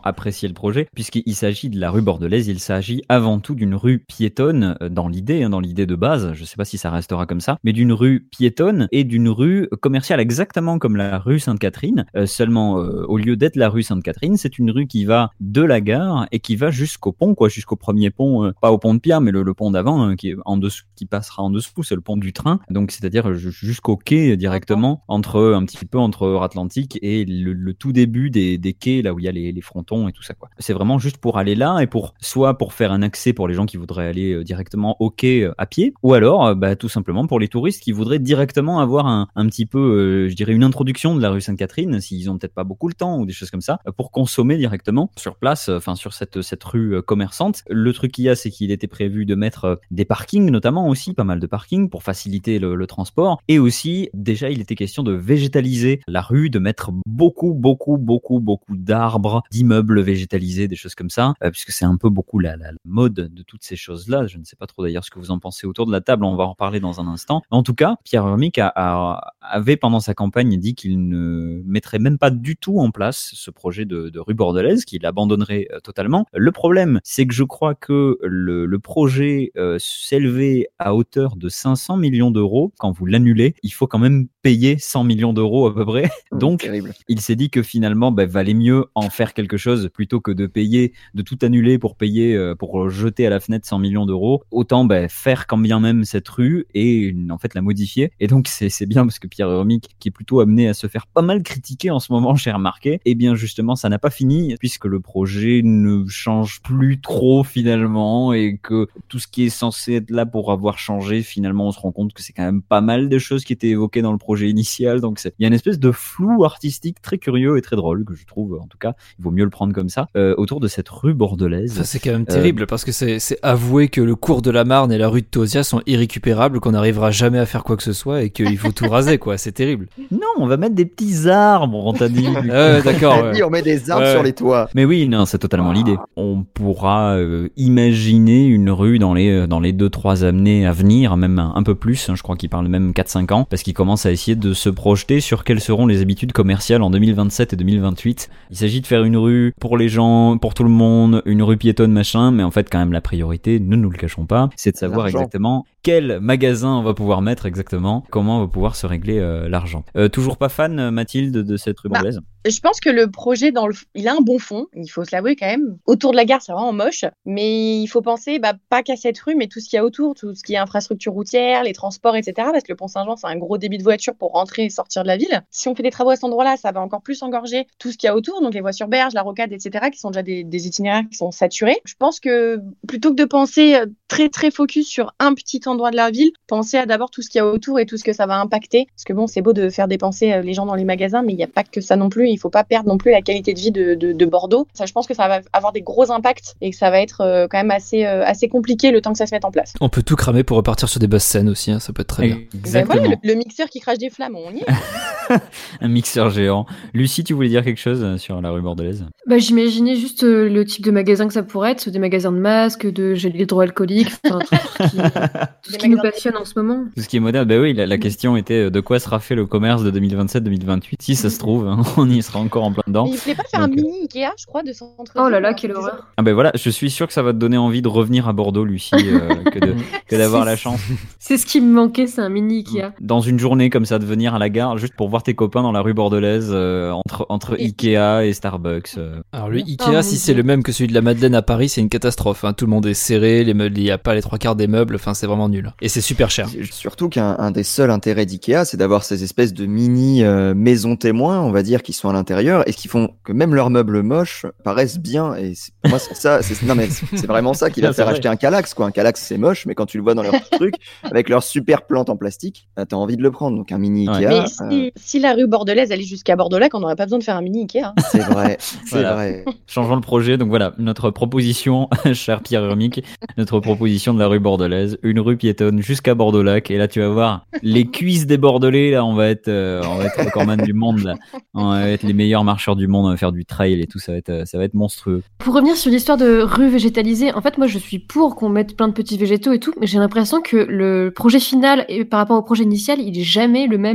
apprécier le projet, puisqu'il s'agit de la rue Bordelaise, il s'agit avant tout d'une rue piétonne dans l'idée, hein, dans l'idée de base, je sais pas si ça restera comme ça, mais d'une rue piétonne et d'une rue commerciale exactement comme la rue Sainte-Catherine, euh, seulement euh, au lieu d'être la rue Sainte-Catherine, c'est une rue qui va de la gare et qui va jusqu'au pont, quoi, jusqu'au premier pont, euh, pas au pont de Pierre, mais le, le pont d'avant, hein, qui est en dessous, qui passera en dessous, c'est le pont du train, donc c'est-à-dire jusqu'au quai directement, entre un petit peu entre Atlantique et le, le tout début des, des quais, là où il y a les, les frontons et tout ça, quoi. C'est vraiment juste pour aller là et pour soit pour faire un accès pour les gens qui voudraient aller euh, directement au quai euh, à pied, ou alors euh, bah, tout simplement pour les touristes qui voudraient directement avoir un, un petit peu, euh, je dirais, une introduction de la rue Sainte-Catherine, s'ils ont peut-être pas beaucoup le temps ou des choses comme ça, euh, pour consommer directement sur place, enfin euh, sur cette, cette rue euh, commerçante. Le truc qu'il y a, c'est qu'il était prévu de mettre euh, des parkings, notamment aussi, pas mal de parkings pour faciliter le, le transport, et aussi, déjà, il était question de végétaliser la rue, de mettre beaucoup, beaucoup, beaucoup, beaucoup d'arbres, d'immeubles végétalisés, des choses comme ça, euh, puisque c'est un peu beaucoup la, la, la mode de toutes ces choses-là. Je ne sais pas trop d'ailleurs ce que vous en pensez autour de la table, on va en reparler dans un instant. En tout cas, Pierre Urmic a, a, avait pendant sa campagne dit qu'il ne mettrait même pas du tout en place ce projet de, de rue Bordelaise, qu'il abandonnerait euh, totalement. Le problème, c'est que je crois que le, le projet euh, s'élevait à hauteur de cinq cents millions d'euros. Quand vous l'annulez, il faut quand même payer cent millions d'euros à peu près. Donc, terrible. Il s'est dit que finalement, bah, valait mieux en faire quelque chose plutôt que de payer, de tout annuler pour payer, euh, pour jeter à la fenêtre cent millions d'euros. Autant bah, faire quand bien même cette rue et en fait la modifier. Et donc, c'est, c'est bien parce que Pierre Urmic, qui est plutôt amené à se faire pas mal critiquer en ce moment, j'ai remarqué, et bien justement, ça n'a pas fini puisque le projet ne change plus trop finalement et que tout ce qui est censé être là pour avoir changé, finalement, on se rend compte que c'est quand même pas mal de choses qui étaient évoquées dans le projet initial. Donc, c'est... il y a une espèce de flou artistique très curieux et très drôle que je trouve, en tout cas, il vaut mieux le prendre comme ça, euh, autour de cette rue bordelaise. Ça, c'est quand même terrible euh... parce que c'est, c'est avouer que le cours de la Marne et la rue de Tauziat sont irrécupérables, qu'on n'arrivera jamais à faire quoi que ce soit et qu'il faut tout raser, quoi. C'est terrible. Non, on va mettre des petits arbres, on t'a dit. euh, d'accord. Ouais. On met des arbres ouais. sur les toits. Mais oui, non, c'est totalement l'idée. On pourra euh, imaginer une rue dans les dans les deux trois années à venir, même un, un peu plus. Hein, je crois qu'il parle même quatre cinq ans, parce qu'il commence à essayer de se projeter sur quelles seront les habitudes commerciales en deux mille vingt-sept et deux mille vingt-huit. Il s'agit de faire une rue pour les gens, pour tout le monde, une rue piétonne, machin, mais en fait, quand même, la priorité, ne nous le cachons pas, c'est de savoir l'argent. Exactement quel magasin on va pouvoir mettre exactement, comment on va pouvoir se régler euh, l'argent. Euh, toujours pas fan, Mathilde, de cette rue bordelaise ? Bah, je pense que le projet, dans le... il a un bon fond, il faut se l'avouer quand même. Autour de la gare, c'est vraiment moche, mais il faut penser, bah, pas qu'à cette rue, mais tout ce qu'il y a autour, tout ce qui est infrastructure routière, les transports, et cetera. Parce que le Pont-Saint-Jean, c'est un gros débit de voitures pour rentrer et sortir de la ville. Si on fait des travaux à cet endroit-là, ça va encore plus engorger tout ce qu'il y a autour, donc les voies sur berge, la rocade, et cetera, qui sont déjà des, des itinéraires qui sont saturés. Je pense que plutôt que de penser très très focus sur un petit endroit de la ville, pensez à d'abord tout ce qu'il y a autour et tout ce que ça va impacter. Parce que bon, c'est beau de faire dépenser les gens dans les magasins, mais il n'y a pas que ça non plus. Il ne faut pas perdre non plus la qualité de vie de, de, de Bordeaux. Ça, je pense que ça va avoir des gros impacts et que ça va être euh, quand même assez, euh, assez compliqué le temps que ça se mette en place. On peut tout cramer pour repartir sur des basses scènes aussi, hein, ça peut être très bien. Exactement. Ben voilà, le, le mixeur qui crache des flammes, on y est. Un mixeur géant. Lucie, tu voulais dire quelque chose sur la rue bordelaise ? Bah, j'imaginais juste euh, le type de magasin que ça pourrait être, des magasins de masques, de gel hydroalcoolique, enfin, tout ce qui, tout ce qui nous passionne en ce moment. Tout ce qui est moderne, bah oui, la, la question était de quoi sera fait le commerce de deux mille vingt-sept deux mille vingt-huit. Si ça se trouve, hein, on y sera encore en plein dedans. Mais il voulait pas faire Donc, un mini Ikea, je crois, de centre. Oh là là, quelle horreur. Ah ben voilà, je suis sûr que ça va te donner envie de revenir à Bordeaux, Lucie, euh, que, de, que d'avoir la chance. C'est ce qui me manquait, c'est un mini Ikea. Dans une journée comme ça, de venir à la gare, juste pour voir tes copains dans la rue bordelaise, euh, entre, entre Ikea et Starbucks. Euh. Alors le Ikea, oh, si c'est Dieu. Le même que celui de la Madeleine à Paris, c'est une catastrophe. Hein. Tout le monde est serré, les meubles, il n'y a pas les trois quarts des meubles, enfin c'est vraiment nul. Et c'est super cher. Surtout qu'un un des seuls intérêts d'Ikea, c'est d'avoir ces espèces de mini euh, maisons témoins, on va dire, qui sont à l'intérieur et qui font que même leurs meubles moches paraissent bien. Et c'est, pour moi, c'est ça. C'est, non mais c'est, c'est vraiment ça qui va faire acheter un Kallax, quoi. Un Kallax, c'est moche, mais quand tu le vois dans leur petit truc avec leurs super plantes en plastique, t'as envie de le prendre. Donc un mini Ikea. Mais si, euh... si la rue bordelaise allait jusqu'à Bordeaux-Lac, on n'aurait pas besoin de faire un mini Ikea. Hein. C'est vrai, c'est voilà. vrai. Changeons le projet. Donc voilà, notre proposition, cher Pierre Urmic, notre proposition de la rue bordelaise, une rue piétonne jusqu'à Bordeaux-Lac. Et là, tu vas voir les cuisses des Bordelais. Là, on va être, euh, on va être recordman du monde. Là. On va être les meilleurs marcheurs du monde. On va faire du trail et tout. Ça va être, ça va être monstrueux. Pour revenir sur l'histoire de rue végétalisée, en fait, moi, je suis pour qu'on mette plein de petits végétaux et tout, mais j'ai l'impression que le projet final et par rapport au projet initial, il est jamais le même.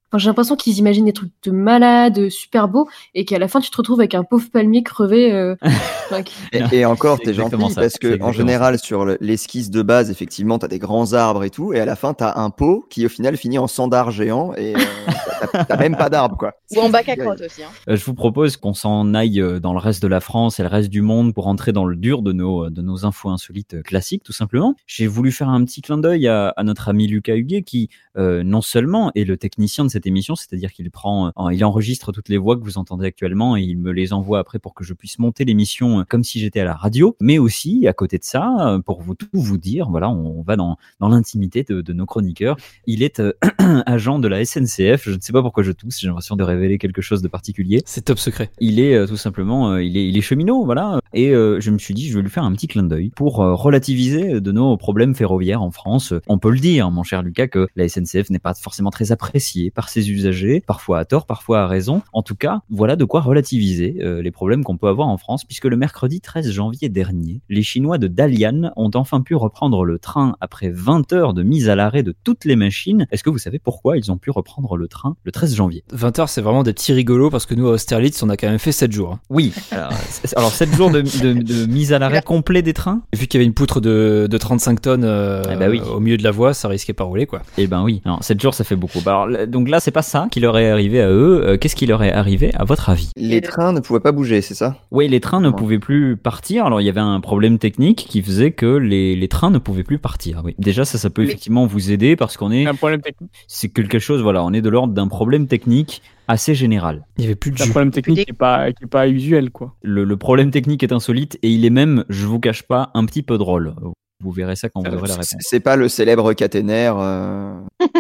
Enfin, j'ai l'impression qu'ils imaginent des trucs de malades, super beaux, et qu'à la fin, tu te retrouves avec un pauvre palmier crevé. Euh... enfin, qui... et, et encore, C'est t'es gentil, exactement ça, parce c'est que en exactement général, sur le- l'esquisse de base, effectivement, t'as des grands arbres et tout, et à la fin, t'as un pot qui, au final, finit en sandar géant, et euh, t'as, t'as même pas d'arbre, quoi. Ou en bac à crotte aussi. Hein. Euh, Je vous propose qu'on s'en aille euh, dans le reste de la France et le reste du monde pour entrer dans le dur de nos, euh, de nos infos insolites euh, classiques, tout simplement. J'ai voulu faire un petit clin d'œil à, à notre ami Lucas Huguet qui, euh, non seulement est le technicien de cette émission, c'est-à-dire qu'il prend, euh, il enregistre toutes les voix que vous entendez actuellement et il me les envoie après pour que je puisse monter l'émission euh, comme si j'étais à la radio, mais aussi, à côté de ça, euh, pour vous tout vous dire, voilà, on, on va dans, dans l'intimité de, de nos chroniqueurs. Il est euh, agent de la S N C F, je ne sais pas pourquoi je tousse, j'ai l'impression de révéler quelque chose de particulier. C'est top secret. Il est euh, tout simplement, euh, il est, il est cheminot, voilà. Et euh, je me suis dit, je vais lui faire un petit clin d'œil pour euh, relativiser de nos problèmes ferroviaires en France. On peut le dire, mon cher Lucas, que la S N C F n'est pas forcément très appréciée par ses usagers, parfois à tort, parfois à raison. En tout cas, voilà de quoi relativiser euh, les problèmes qu'on peut avoir en France, puisque le mercredi treize janvier dernier, les Chinois de Dalian ont enfin pu reprendre le train après vingt heures de mise à l'arrêt de toutes les machines. Est-ce que vous savez pourquoi ils ont pu reprendre le train le treize janvier? vingt heures, c'est vraiment des petits rigolos parce que nous, à Austerlitz, on a quand même fait sept jours. Hein. Oui, alors, c'est- alors sept jours de, de, de mise à l'arrêt complet des trains. Vu qu'il y avait une poutre de, de trente-cinq tonnes euh, Eh bah oui. au milieu de la voie, ça risquait pas rouler, quoi. Eh ben oui, alors sept jours ça fait beaucoup. Bah alors, là- donc là c'est pas ça qui leur est arrivé à eux. Euh, Qu'est-ce qui leur est arrivé à votre avis? Les trains ne pouvaient pas bouger, c'est ça? Oui, les trains ne Ouais. pouvaient plus partir. Alors il y avait un problème technique qui faisait que les, les trains ne pouvaient plus partir. Oui. Déjà ça, ça peut Mais- effectivement vous aider parce qu'on est, Un problème technique. c'est quelque chose. Voilà, on est de l'ordre d'un problème technique assez général. Il y avait plus de C'est un jus. problème technique qui est pas, qui est pas usuel, quoi. Le, le problème technique est insolite et il est même, je vous cache pas, un petit peu drôle. Vous verrez ça quand vous aurez la C'est- réponse. C'est pas le célèbre caténaire. euh,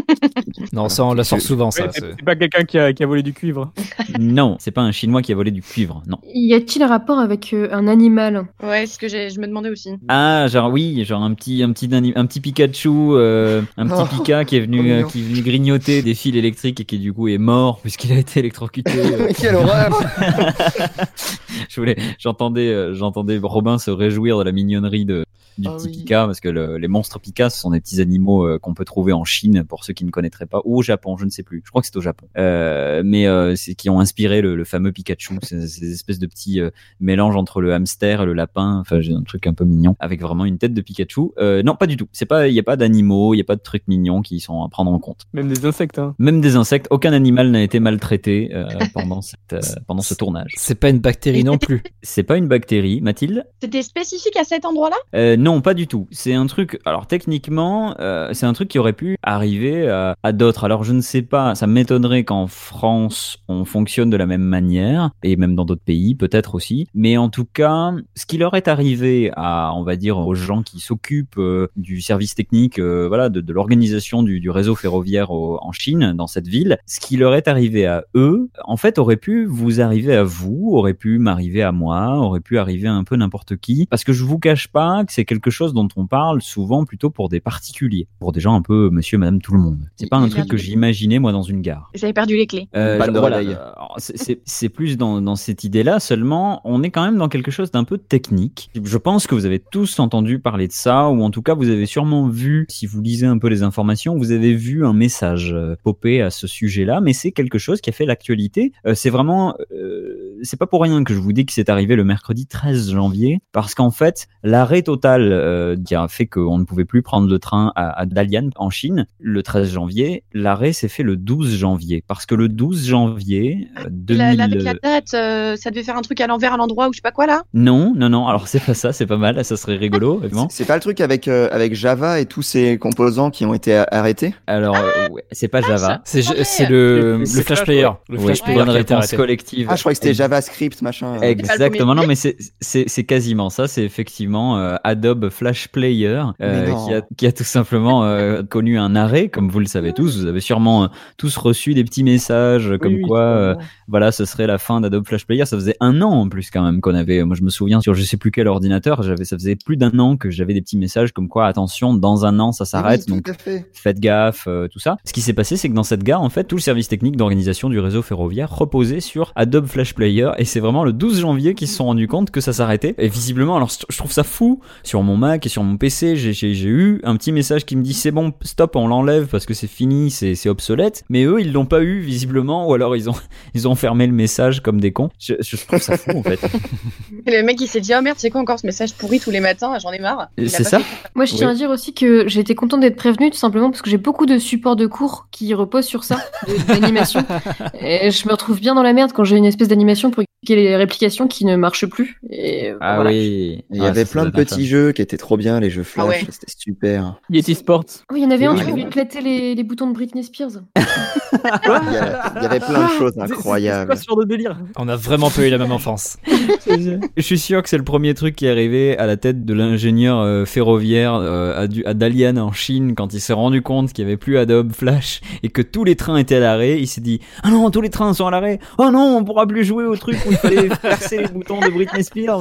Non, ça, on la sort souvent, ça. Ouais, c'est- c'est c'est pas quelqu'un qui a, qui a volé du cuivre. Non, c'est pas un Chinois qui a volé du cuivre. Non. Y a-t-il un rapport avec euh, un animal? Ouais, c'est ce que j'ai- je me demandais aussi. Ah, genre oui, genre un petit, un petit, ani- un petit Pikachu, euh, un petit Oh, Pika qui est venu, trop euh, mignon. qui est venu grignoter des fils électriques et qui du coup est mort puisqu'il a été électrocuté. euh. Quelle horreur! Je voulais, j'entendais, euh, j'entendais Robin se réjouir de la mignonnerie de du Ah petit oui. Pika parce que le- les monstres Pika ce sont des petits animaux euh, qu'on peut trouver en Chine pour ceux qui ne connaîtraient pas ou au Japon, je ne sais plus. Je crois que c'est au Japon. Euh, mais euh, c'est qui ont inspiré le, le fameux Pikachu. C'est c'est des espèces de petits euh, mélanges entre le hamster et le lapin. Enfin, j'ai un truc un peu mignon avec vraiment une tête de Pikachu. Euh, non, pas du tout. C'est pas, il y a pas d'animaux, il y a pas de trucs mignons qui sont à prendre en compte. Même des insectes, hein. Même des insectes, aucun animal n'a été maltraité euh, pendant cette, euh, pendant ce tournage. C'est pas une bactérie non plus. C'est pas une bactérie, Mathilde? C'était spécifique à cet endroit-là? Euh, non, pas du tout. C'est un truc. Alors techniquement, euh, c'est un truc qui aurait pu arriver à, à d'autres. Alors je ne sais pas. Ça m'étonnerait qu'en France on fonctionne de la même manière et même dans d'autres pays peut-être aussi. Mais en tout cas, ce qui leur est arrivé à, on va dire, aux gens qui s'occupent euh, du service technique, euh, voilà, de, de l'organisation du, du réseau ferroviaire au- en Chine, dans cette ville, ce qui leur est arrivé à eux, en fait, aurait pu vous arriver à vous, aurait pu m'arriver à moi, aurait pu arriver à un peu n'importe qui. Parce que je vous cache pas que c'est quelque chose dont on parle souvent plutôt pour des particuliers, pour des gens un peu monsieur, madame, tout le monde. C'est pas un Il- truc il- que j'imaginais moi dans une gare. J'avais perdu les clés. Euh, Panne de voilà, réveil. euh, alors, c'est- c'est c'est plus dans, dans cette idée-là, seulement on est quand même dans quelque chose d'un peu technique. Je pense que vous avez tous entendu parler de ça, ou en tout cas vous avez sûrement vu, si vous lisez un peu les informations, vous avez vu un message euh, popper à ce sujet-là, mais c'est quelque chose qui a fait l'actualité. Euh, c'est vraiment, euh, c'est pas pour rien que je vous dis que c'est arrivé le mercredi treize janvier, parce qu'en fait, l'arrêt total euh, qui a fait qu'on ne pouvait plus prendre le train à, à Dalian en Chine, le treize janvier, l'arrêt s'est fait le douze janvier, parce que le douze janvier euh, deux mille... La- la- avec la date, euh, ça devait faire un truc à l'envers à l'endroit ou je sais pas quoi là. Non, non, non, alors c'est pas ça, c'est pas mal, ça serait rigolo, évidemment. C'est pas le truc avec, euh, avec Java et tous ses composants qui ont été a- arrêtés? Alors, euh, ouais, c'est pas Java. C'est Ah ouais. c'est le, C'est le Flash Flash, Player. ouais. Le Oui, Flash Player bonne qui a été réponse arrêté. collective. Ah, je crois que c'était JavaScript, machin. euh. Exactement, non mais c'est c'est c'est quasiment ça, c'est effectivement euh, Adobe Flash Player euh, Mais non. qui a qui a tout simplement euh, connu un arrêt, comme vous le savez tous. Vous avez sûrement euh, tous reçu des petits messages comme Oui, oui, quoi euh, sûrement. voilà, ce serait la fin d'Adobe Flash Player. Ça faisait un an en plus quand même qu'on avait. Moi je me souviens sur je sais plus quel ordinateur, j'avais ça faisait plus d'un an que j'avais des petits messages comme quoi attention, dans un an ça s'arrête. Oui, donc tout à fait. faites gaffe, euh, tout ça. Ce qui s'est passé, c'est que dans cette gare, en fait, tout le service technique d'organisation du réseau ferroviaire reposait sur Adobe Flash Player, et c'est vraiment le douze janvier qu'ils se sont rendus compte que ça s'arrêtait. Et visiblement, alors je trouve ça fou, sur sur mon Mac et sur mon P C, j'ai, j'ai, j'ai eu un petit message qui me dit c'est bon, stop, on l'enlève parce que c'est fini, c'est, c'est obsolète. Mais eux, ils l'ont pas eu visiblement, ou alors ils ont, ils ont fermé le message comme des cons. Je, je trouve ça fou en fait. Et le mec il s'est dit oh merde, c'est quoi encore ce message pourri tous les matins, j'en ai marre. Il C'est ça. Moi, je tiens Oui. à dire aussi que j'ai été contente d'être prévenue, tout simplement parce que j'ai beaucoup de supports de cours qui reposent sur ça, de- d'animation. Et je me retrouve bien dans la merde quand j'ai une espèce d'animation pour expliquer les réplications qui ne marchent plus. Et Ah voilà. oui. Il y Ah, avait ça, ça plein de doit être petits jeux qui étaient trop bien, les jeux Flash, Ah ouais. c'était super. Yeti Sports. Oh, il y en avait un Oui, qui oui. voulait éclater les, les boutons de Britney Spears. Il y, a- il y avait plein de choses C'est- c'est- C'est incroyables. quoi ce genre de délire? On a vraiment pas eu la même enfance. Je suis sûr que c'est le premier truc qui est arrivé à la tête de l'ingénieur euh, ferroviaire euh, à, du- à Dalian en Chine quand il s'est rendu compte qu'il n'y avait plus Adobe Flash et que tous les trains étaient à l'arrêt. Il s'est dit ah non, tous les trains sont à l'arrêt. Oh non, on pourra plus jouer au truc où il fallait percer les boutons de Britney Spears.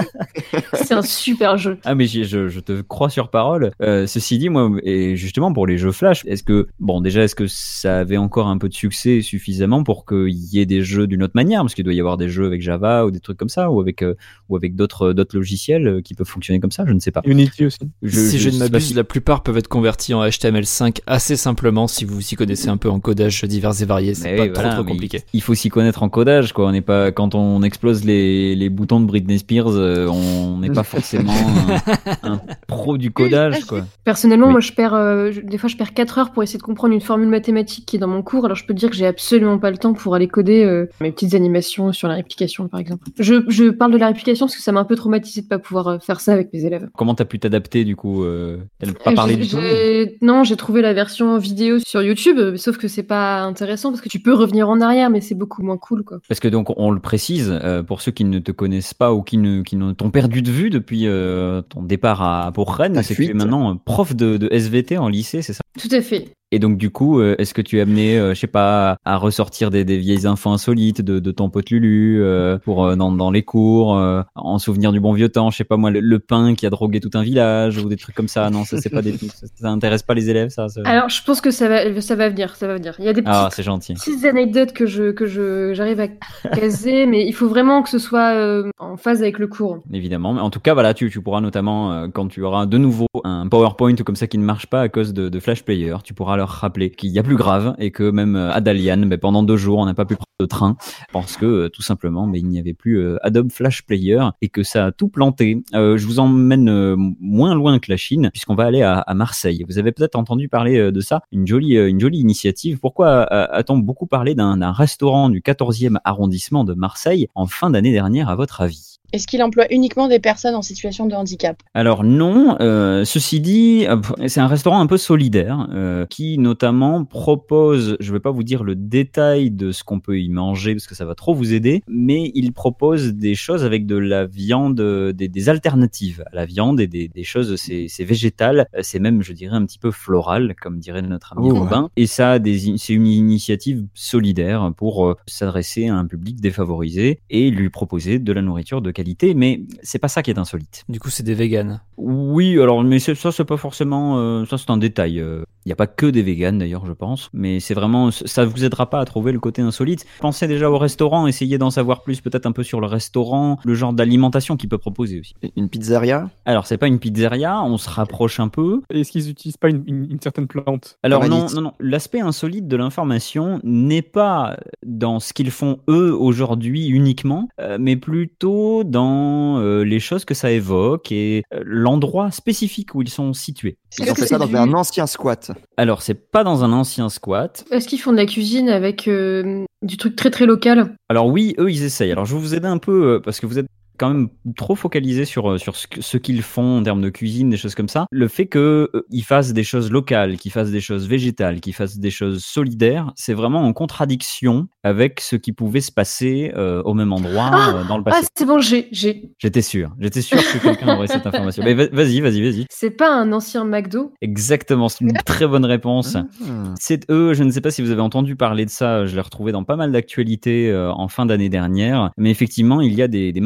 C'est un super jeu. Ah mais j'y- je, je te crois sur parole. Euh, ceci dit, moi, et justement pour les jeux Flash, est-ce que bon déjà est-ce que ça avait encore un peu de succès suffisamment pour qu'il y ait des jeux d'une autre manière, parce qu'il doit y avoir des jeux avec Java ou des trucs comme ça, ou avec euh, ou avec d'autres d'autres logiciels euh, qui peuvent fonctionner comme ça, je ne sais pas. Unity aussi. si je, ne sais pas m'abuse, si- la plupart peuvent être convertis en H T M L cinq assez simplement si vous s'y connaissez un peu en codage divers et variés. C'est Mais pas oui, trop voilà, trop mais compliqué. Il faut s'y connaître en codage, quoi. On n'est pas quand on explose les, les boutons de Britney Spears, euh, on n'est pas forcément un, un pro du codage, quoi. Personnellement, Oui. moi, je perds, euh, je- des fois, je perds quatre heures pour essayer de comprendre une formule mathématique qui est dans mon cours. Alors, je peux te dire que j'ai absolument pas le temps pour aller coder euh, mes petites animations sur la réplication, par exemple. Je, je parle de la réplication parce que ça m'a un peu traumatisé de pas pouvoir euh, faire ça avec mes élèves. Comment t'as pu t'adapter du coup euh, Elle pas Euh, parlé j'ai- du tout. j'ai- Non, j'ai trouvé la version vidéo sur YouTube, euh, sauf que c'est pas intéressant parce que tu peux revenir en arrière, mais c'est beaucoup moins cool, quoi. Parce que donc on le précise euh, pour ceux qui ne te connaissent pas ou qui ne qui ne t'ont perdu de vue depuis euh, ton départ à pour Rennes, Ta c'est que tu es fuite. maintenant prof de, de S V T en lycée, c'est ça? Tout à fait. Et donc du coup, euh, est-ce que tu es amené, euh, je sais pas, à ressortir des, des vieilles infos insolites de, de ton pote Lulu euh, pour euh, dans, dans les cours, euh, en souvenir du bon vieux temps, je sais pas moi, le, le pain qui a drogué tout un village ou des trucs comme ça? Non, ça c'est pas des trucs, ça, ça intéresse pas les élèves, ça. ça... Alors, je pense que ça va, ça va venir, ça va venir. Il y a des petites, Ah, c'est gentil. petites anecdotes que je, que je, j'arrive à caser, mais il faut vraiment que ce soit euh, en phase avec le cours. Évidemment, mais en tout cas, voilà, tu, tu pourras notamment, euh, quand tu auras de nouveau un PowerPoint ou comme ça qui ne marche pas à cause de, de Flash Player, tu pourras leur rappeler qu'il y a plus grave et que même euh, à Dalian, ben, pendant deux jours, on n'a pas pu prendre de train parce que euh, tout simplement, mais il n'y avait plus euh, Adobe Flash Player et que ça a tout planté. Euh, je vous emmène euh, moins loin que la Chine puisqu'on va aller à, à Marseille. Vous avez peut-être entendu parler euh, de ça, une jolie, euh, une jolie initiative. Pourquoi a- a-t-on beaucoup parlé d'un, d'un restaurant du quatorzième arrondissement de Marseille en fin d'année dernière, à votre avis? Est-ce qu'il emploie uniquement des personnes en situation de handicap? Alors non, euh, ceci dit, euh, c'est un restaurant un peu solidaire euh, qui notamment propose, je ne vais pas vous dire le détail de ce qu'on peut y manger parce que ça va trop vous aider, mais il propose des choses avec de la viande, euh, des, des alternatives à la viande et des, des choses, c'est, c'est végétal, euh, c'est même je dirais un petit peu floral comme dirait notre ami Oh, Robin, et ça a des, c'est une initiative solidaire pour euh, s'adresser à un public défavorisé et lui proposer de la nourriture de qualité, mais c'est pas ça qui est insolite. Du coup, c'est des véganes. Oui, alors, mais c'est- ça, c'est pas forcément, euh, ça, c'est un détail. Il n'y a pas que des véganes, d'ailleurs, je pense. Mais c'est vraiment, ça vous aidera pas à trouver le côté insolite. Pensez déjà au restaurant, essayez d'en savoir plus, peut-être un peu sur le restaurant, le genre d'alimentation qu'il peut proposer aussi. Une pizzeria? Alors, c'est pas une pizzeria, on se rapproche un peu. Est-ce qu'ils n'utilisent pas une, une- une certaine plante? Alors non, Paradis. non, non. L'aspect insolite de l'information n'est pas dans ce qu'ils font eux aujourd'hui uniquement, euh, mais plutôt dans euh, les choses que ça évoque et euh, l'endroit spécifique où ils sont situés. Ils Est-ce ont que fait ça c'est dans du- un ancien squat. Alors c'est pas dans un ancien squat. Est-ce qu'ils font de la cuisine avec euh, du truc très très local? Alors oui, eux ils essayent. Alors je vais vous aider un peu euh, parce que vous êtes quand même trop focalisé sur, euh, sur ce, que- ce qu'ils font en termes de cuisine, des choses comme ça. Le fait qu'ils fassent des choses locales, qu'ils fassent des choses végétales, qu'ils fassent des choses solidaires, c'est vraiment en contradiction avec ce qui pouvait se passer euh, au même endroit Ah euh, dans le Ah, passé. c'est bon, j'ai, j'ai. J'étais sûr, j'étais sûr que quelqu'un aurait cette information. Mais va- vas-y, vas-y, vas-y. C'est pas un ancien McDo? Exactement, c'est une très bonne réponse. Hmm. C'est eux, je ne sais pas si vous avez entendu parler de ça, je l'ai retrouvé dans pas mal d'actualités euh, en fin d'année dernière, mais effectivement, il y a des, des Marseillais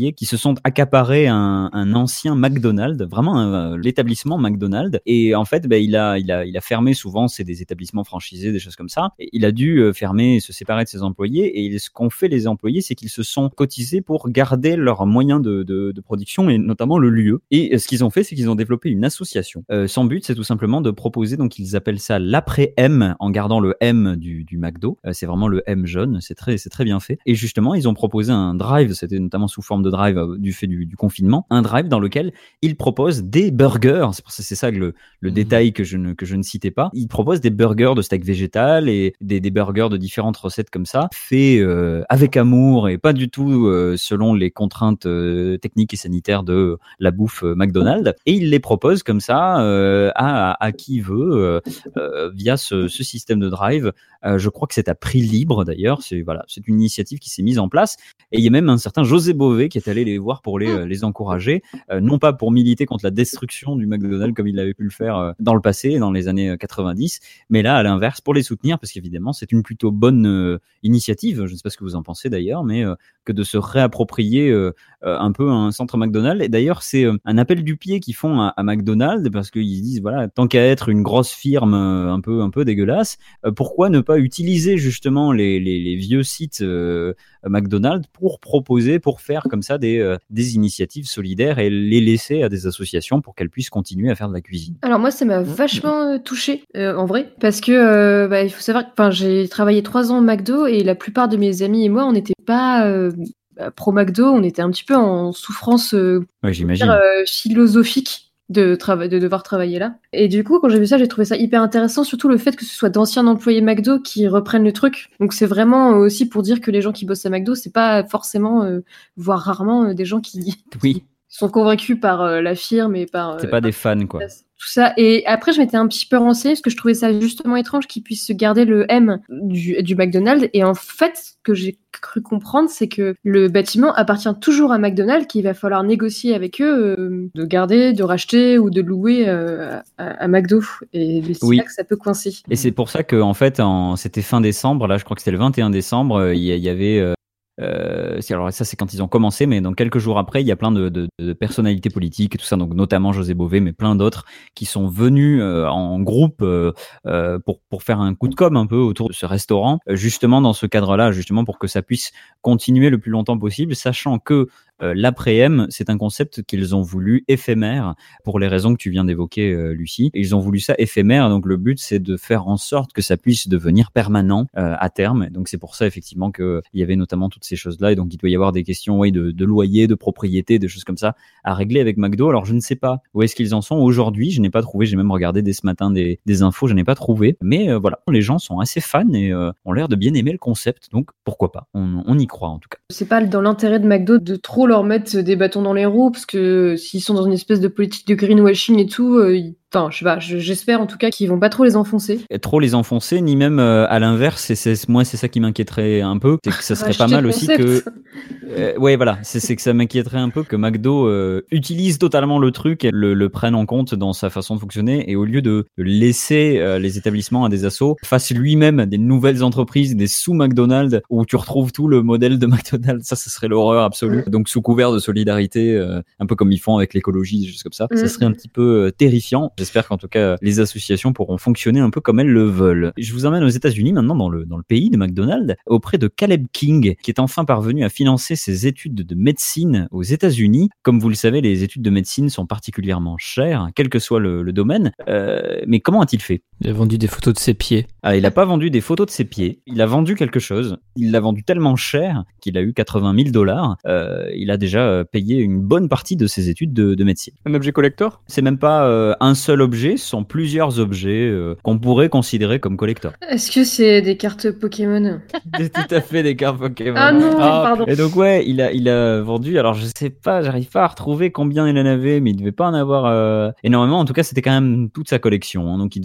employés qui se sont accaparés un, un ancien McDonald's, vraiment un, l'établissement McDonald's. Et en fait, bah, il a, il a, il a fermé. Souvent, c'est des établissements franchisés, des choses comme ça. Et il a dû fermer, se séparer de ses employés. Et ce qu'ont fait les employés, c'est qu'ils se sont cotisés pour garder leurs moyens de, de, de production et notamment le lieu. Et ce qu'ils ont fait, c'est qu'ils ont développé une association. Euh, son but, c'est tout simplement de proposer, donc ils appellent ça l'après-M, en gardant le M du, du McDo. Euh, c'est vraiment le M jaune. C'est très, c'est très bien fait. Et justement, ils ont proposé un drive. C'était notamment sous forme de drive euh, du fait du, du confinement. Un drive dans lequel ils proposent des burgers. C'est pour ça, c'est ça que le, le mmh. détail que je ne, que je ne citais pas. Ils proposent des burgers de steak végétal et des, des burgers de différentes recettes comme ça, faits euh, avec amour et pas du tout euh, selon les contraintes euh, techniques et sanitaires de la bouffe euh, McDonald's. Et ils les proposent comme ça euh, à, à qui veut euh, euh, via ce, ce système de drive. Euh, je crois que c'est à prix libre d'ailleurs. C'est voilà, c'est une initiative qui s'est mise en place. Et il y a même un certain José Bové qui est allé les voir pour les, euh, les encourager, euh, non pas pour militer contre la destruction du McDonald's comme il avait pu le faire euh, dans le passé, dans les années quatre-vingt-dix, mais là à l'inverse pour les soutenir parce qu'évidemment c'est une plutôt bonne euh, initiative. Je ne sais pas ce que vous en pensez d'ailleurs, mais euh, que de se réapproprier euh, euh, un peu un centre McDonald's. Et d'ailleurs c'est euh, un appel du pied qu'ils font à, à McDonald's parce qu'ils disent voilà, tant qu'à être une grosse firme euh, un peu un peu dégueulasse, euh, pourquoi ne pas utiliser justement les les, les vieux sites euh, McDonald's pour proposer, pour faire comme ça des euh, des initiatives solidaires et les laisser à des associations pour qu'elles puissent continuer à faire de la cuisine. Alors moi ça m'a vachement euh, touchée euh, en vrai parce que euh, bah, il faut savoir que enfin j'ai travaillé trois ans au McDo et la plupart de mes amis et moi on n'était pas euh, pro McDo, on était un petit peu en souffrance euh, ouais, j'imagine. Euh, philosophique de, trava- de devoir travailler là. Et du coup, quand j'ai vu ça, j'ai trouvé ça hyper intéressant, surtout le fait que ce soit d'anciens employés McDo qui reprennent le truc. Donc c'est vraiment aussi pour dire que les gens qui bossent à McDo, c'est pas forcément, euh, voire rarement, euh, des gens qui, oui. qui sont convaincus par euh, la firme et par... Euh, c'est pas des fans, quoi. Tout ça. Et après, je m'étais un petit peu renseignée parce que je trouvais ça justement étrange qu'ils puissent se garder le M du, du McDonald's. Et en fait, ce que j'ai cru comprendre, c'est que le bâtiment appartient toujours à McDonald's, qu'il va falloir négocier avec eux euh, de garder, de racheter ou de louer euh, à, à McDo. Et c'est oui. là que ça peut coincer. Et c'est pour ça que, en fait, en, c'était fin décembre, là, je crois que c'était le vingt et un décembre, il y, y avait... Euh, Euh, alors ça c'est quand ils ont commencé, mais donc quelques jours après il y a plein de, de, de personnalités politiques et tout ça, donc notamment José Bové mais plein d'autres qui sont venus euh, en groupe euh, euh, pour pour faire un coup de com' un peu autour de ce restaurant, euh, justement dans ce cadre-là, justement pour que ça puisse continuer le plus longtemps possible, sachant que Euh, l'après-M, c'est un concept qu'ils ont voulu éphémère pour les raisons que tu viens d'évoquer, euh, Lucie. Et ils ont voulu ça éphémère, donc le but c'est de faire en sorte que ça puisse devenir permanent euh, à terme. Donc c'est pour ça effectivement que il y avait notamment toutes ces choses-là, et donc il doit y avoir des questions oui, de, de loyer, de propriété, des choses comme ça à régler avec McDo. Alors je ne sais pas où est-ce qu'ils en sont aujourd'hui, je n'ai pas trouvé, j'ai même regardé dès ce matin des, des infos, je n'ai pas trouvé. Mais euh, voilà, les gens sont assez fans et euh, ont l'air de bien aimer le concept, donc pourquoi pas, on, on y croit en tout cas. C'est pas dans l'intérêt de McDo de trop leur mettre des bâtons dans les roues, parce que s'ils sont dans une espèce de politique de greenwashing et tout, euh, ils... enfin, je sais pas, j'espère en tout cas qu'ils vont pas trop les enfoncer. Et trop les enfoncer, ni même euh, à l'inverse, et c'est, moi c'est ça qui m'inquiéterait un peu, c'est que ça serait pas mal aussi que... Euh, ouais voilà, c'est, c'est que ça m'inquiéterait un peu que McDo euh, utilise totalement le truc et le, le prenne en compte dans sa façon de fonctionner, et au lieu de laisser euh, les établissements à des assos, fasse lui-même des nouvelles entreprises, des sous-McDonald's, où tu retrouves tout le modèle de McDonald's. Ça, ça serait l'horreur absolue. Mmh. Donc sous couvert de solidarité, euh, un peu comme ils font avec l'écologie, des choses comme ça, mmh. ça serait un petit peu euh, terrifiant. J'espère qu'en tout cas les associations pourront fonctionner un peu comme elles le veulent. Je vous emmène aux États-Unis maintenant, dans le dans le pays de McDonald's, auprès de Caleb King, qui est enfin parvenu à financer ses études de médecine aux États-Unis. Comme vous le savez, les études de médecine sont particulièrement chères, quel que soit le, le domaine. Euh, mais comment a-t-il fait ? Il a vendu des photos de ses pieds. Ah, il n'a pas vendu des photos de ses pieds. Il a vendu quelque chose. Il l'a vendu tellement cher qu'il a eu quatre-vingt mille dollars. Euh, il a déjà payé une bonne partie de ses études de, de médecine. Un objet collector ? C'est même pas euh, un seul objet, ce sont plusieurs objets euh, qu'on pourrait considérer comme collector. Est-ce que c'est des cartes Pokémon ? C'est tout à fait des cartes Pokémon. Ah non, ah, pardon. Et donc ouais, il a, il a vendu, alors je sais pas, j'arrive pas à retrouver combien il en avait, mais il devait pas en avoir euh, énormément. En tout cas, c'était quand même toute sa collection. Hein, donc il devait en avoir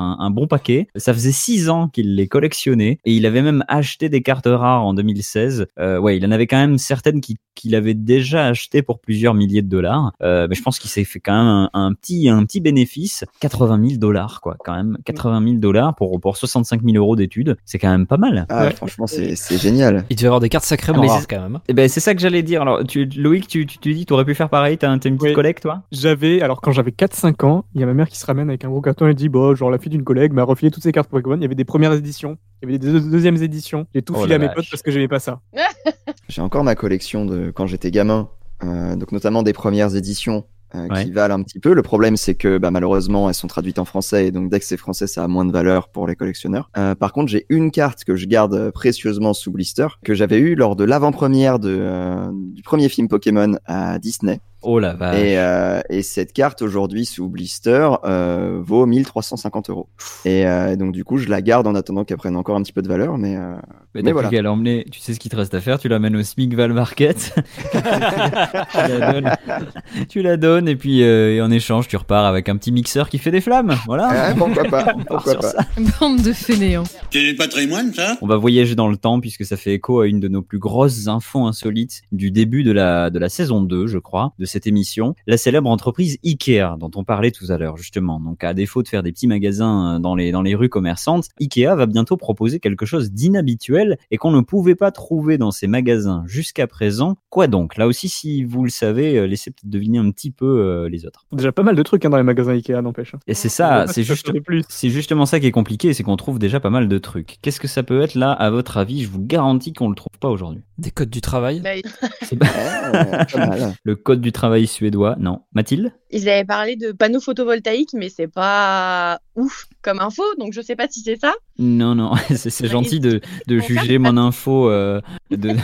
un, un bon paquet. Ça faisait six ans qu'il les collectionnait et il avait même acheté des cartes rares en deux mille seize. Euh, ouais, il en avait quand même certaines qui, qu'il avait déjà achetées pour plusieurs milliers de dollars. Euh, mais je pense qu'il s'est fait quand même un, un petit, un petit bénéfice. quatre-vingt mille dollars, quoi, quand même. quatre-vingt mille dollars pour, pour soixante-cinq mille euros d'études. C'est quand même pas mal. Ah, ouais. Franchement, c'est, c'est génial. Il devait avoir des cartes sacrément ah, rares, quand même. Eh ben, c'est ça que j'allais dire. Alors, tu, Loïc, tu, tu, tu dis, tu aurais pu faire pareil. T'as, t'as une petite Oui. collecte, toi? J'avais, alors quand j'avais quatre cinq ans, il y a ma mère qui se ramène avec un gros carton et dit, bon, genre la fille d'une collègue m'a refilé toutes ses cartes Pokémon. Il y avait des premières éditions, il y avait des deux, deuxièmes éditions. J'ai tout Oh filé à la mes vache. potes parce que j'aimais pas ça. J'ai encore ma collection de quand j'étais gamin, euh, donc notamment des premières éditions euh, Ouais. qui valent un petit peu. Le problème, c'est que bah, malheureusement, elles sont traduites en français et donc dès que c'est français, ça a moins de valeur pour les collectionneurs. Euh, par contre, j'ai une carte que je garde euh, précieusement sous blister que j'avais eue lors de l'avant-première de, euh, du premier film Pokémon à Disney. Oh la vache. Et, euh, et cette carte aujourd'hui sous blister euh, vaut mille trois cent cinquante euros. Et euh, donc du coup, je la garde en attendant qu'elle prenne encore un petit peu de valeur, mais, euh, Mais mais t'as voilà. plus qu'à l'emmener. Tu sais ce qu'il te reste à faire. Tu l'amènes au Smigval Market. tu, la donnes, tu la donnes et puis euh, et en échange, tu repars avec un petit mixeur qui fait des flammes. Voilà. Ah, pourquoi pas, On part pourquoi sur pas. ça. Bande de fainéants. C'est du patrimoine, ça? On va voyager dans le temps puisque ça fait écho à une de nos plus grosses infos insolites du début de la de la saison deux, je crois, de cette émission. La célèbre entreprise Ikea, dont on parlait tout à l'heure, justement. Donc, à défaut de faire des petits magasins dans les, dans les rues commerçantes, Ikea va bientôt proposer quelque chose d'inhabituel et qu'on ne pouvait pas trouver dans ces magasins jusqu'à présent. Quoi donc? Là aussi, si vous le savez, laissez peut-être deviner un petit peu euh, les autres. Déjà pas mal de trucs hein, dans les magasins Ikea, n'empêche. Et c'est ça, c'est juste, plus. c'est justement ça qui est compliqué, c'est qu'on trouve déjà pas mal de trucs. Qu'est-ce que ça peut être là, à votre avis? Je vous garantis qu'on le trouve pas aujourd'hui. Des codes du travail. Bah, C'est pas- Ah, pas mal. Le code du travail suédois, non. Mathilde? ils avaient parlé de panneaux photovoltaïques, mais c'est pas ouf comme info, donc je sais pas si c'est ça. Non, non, c'est, c'est gentil de, de juger mon info, euh, de,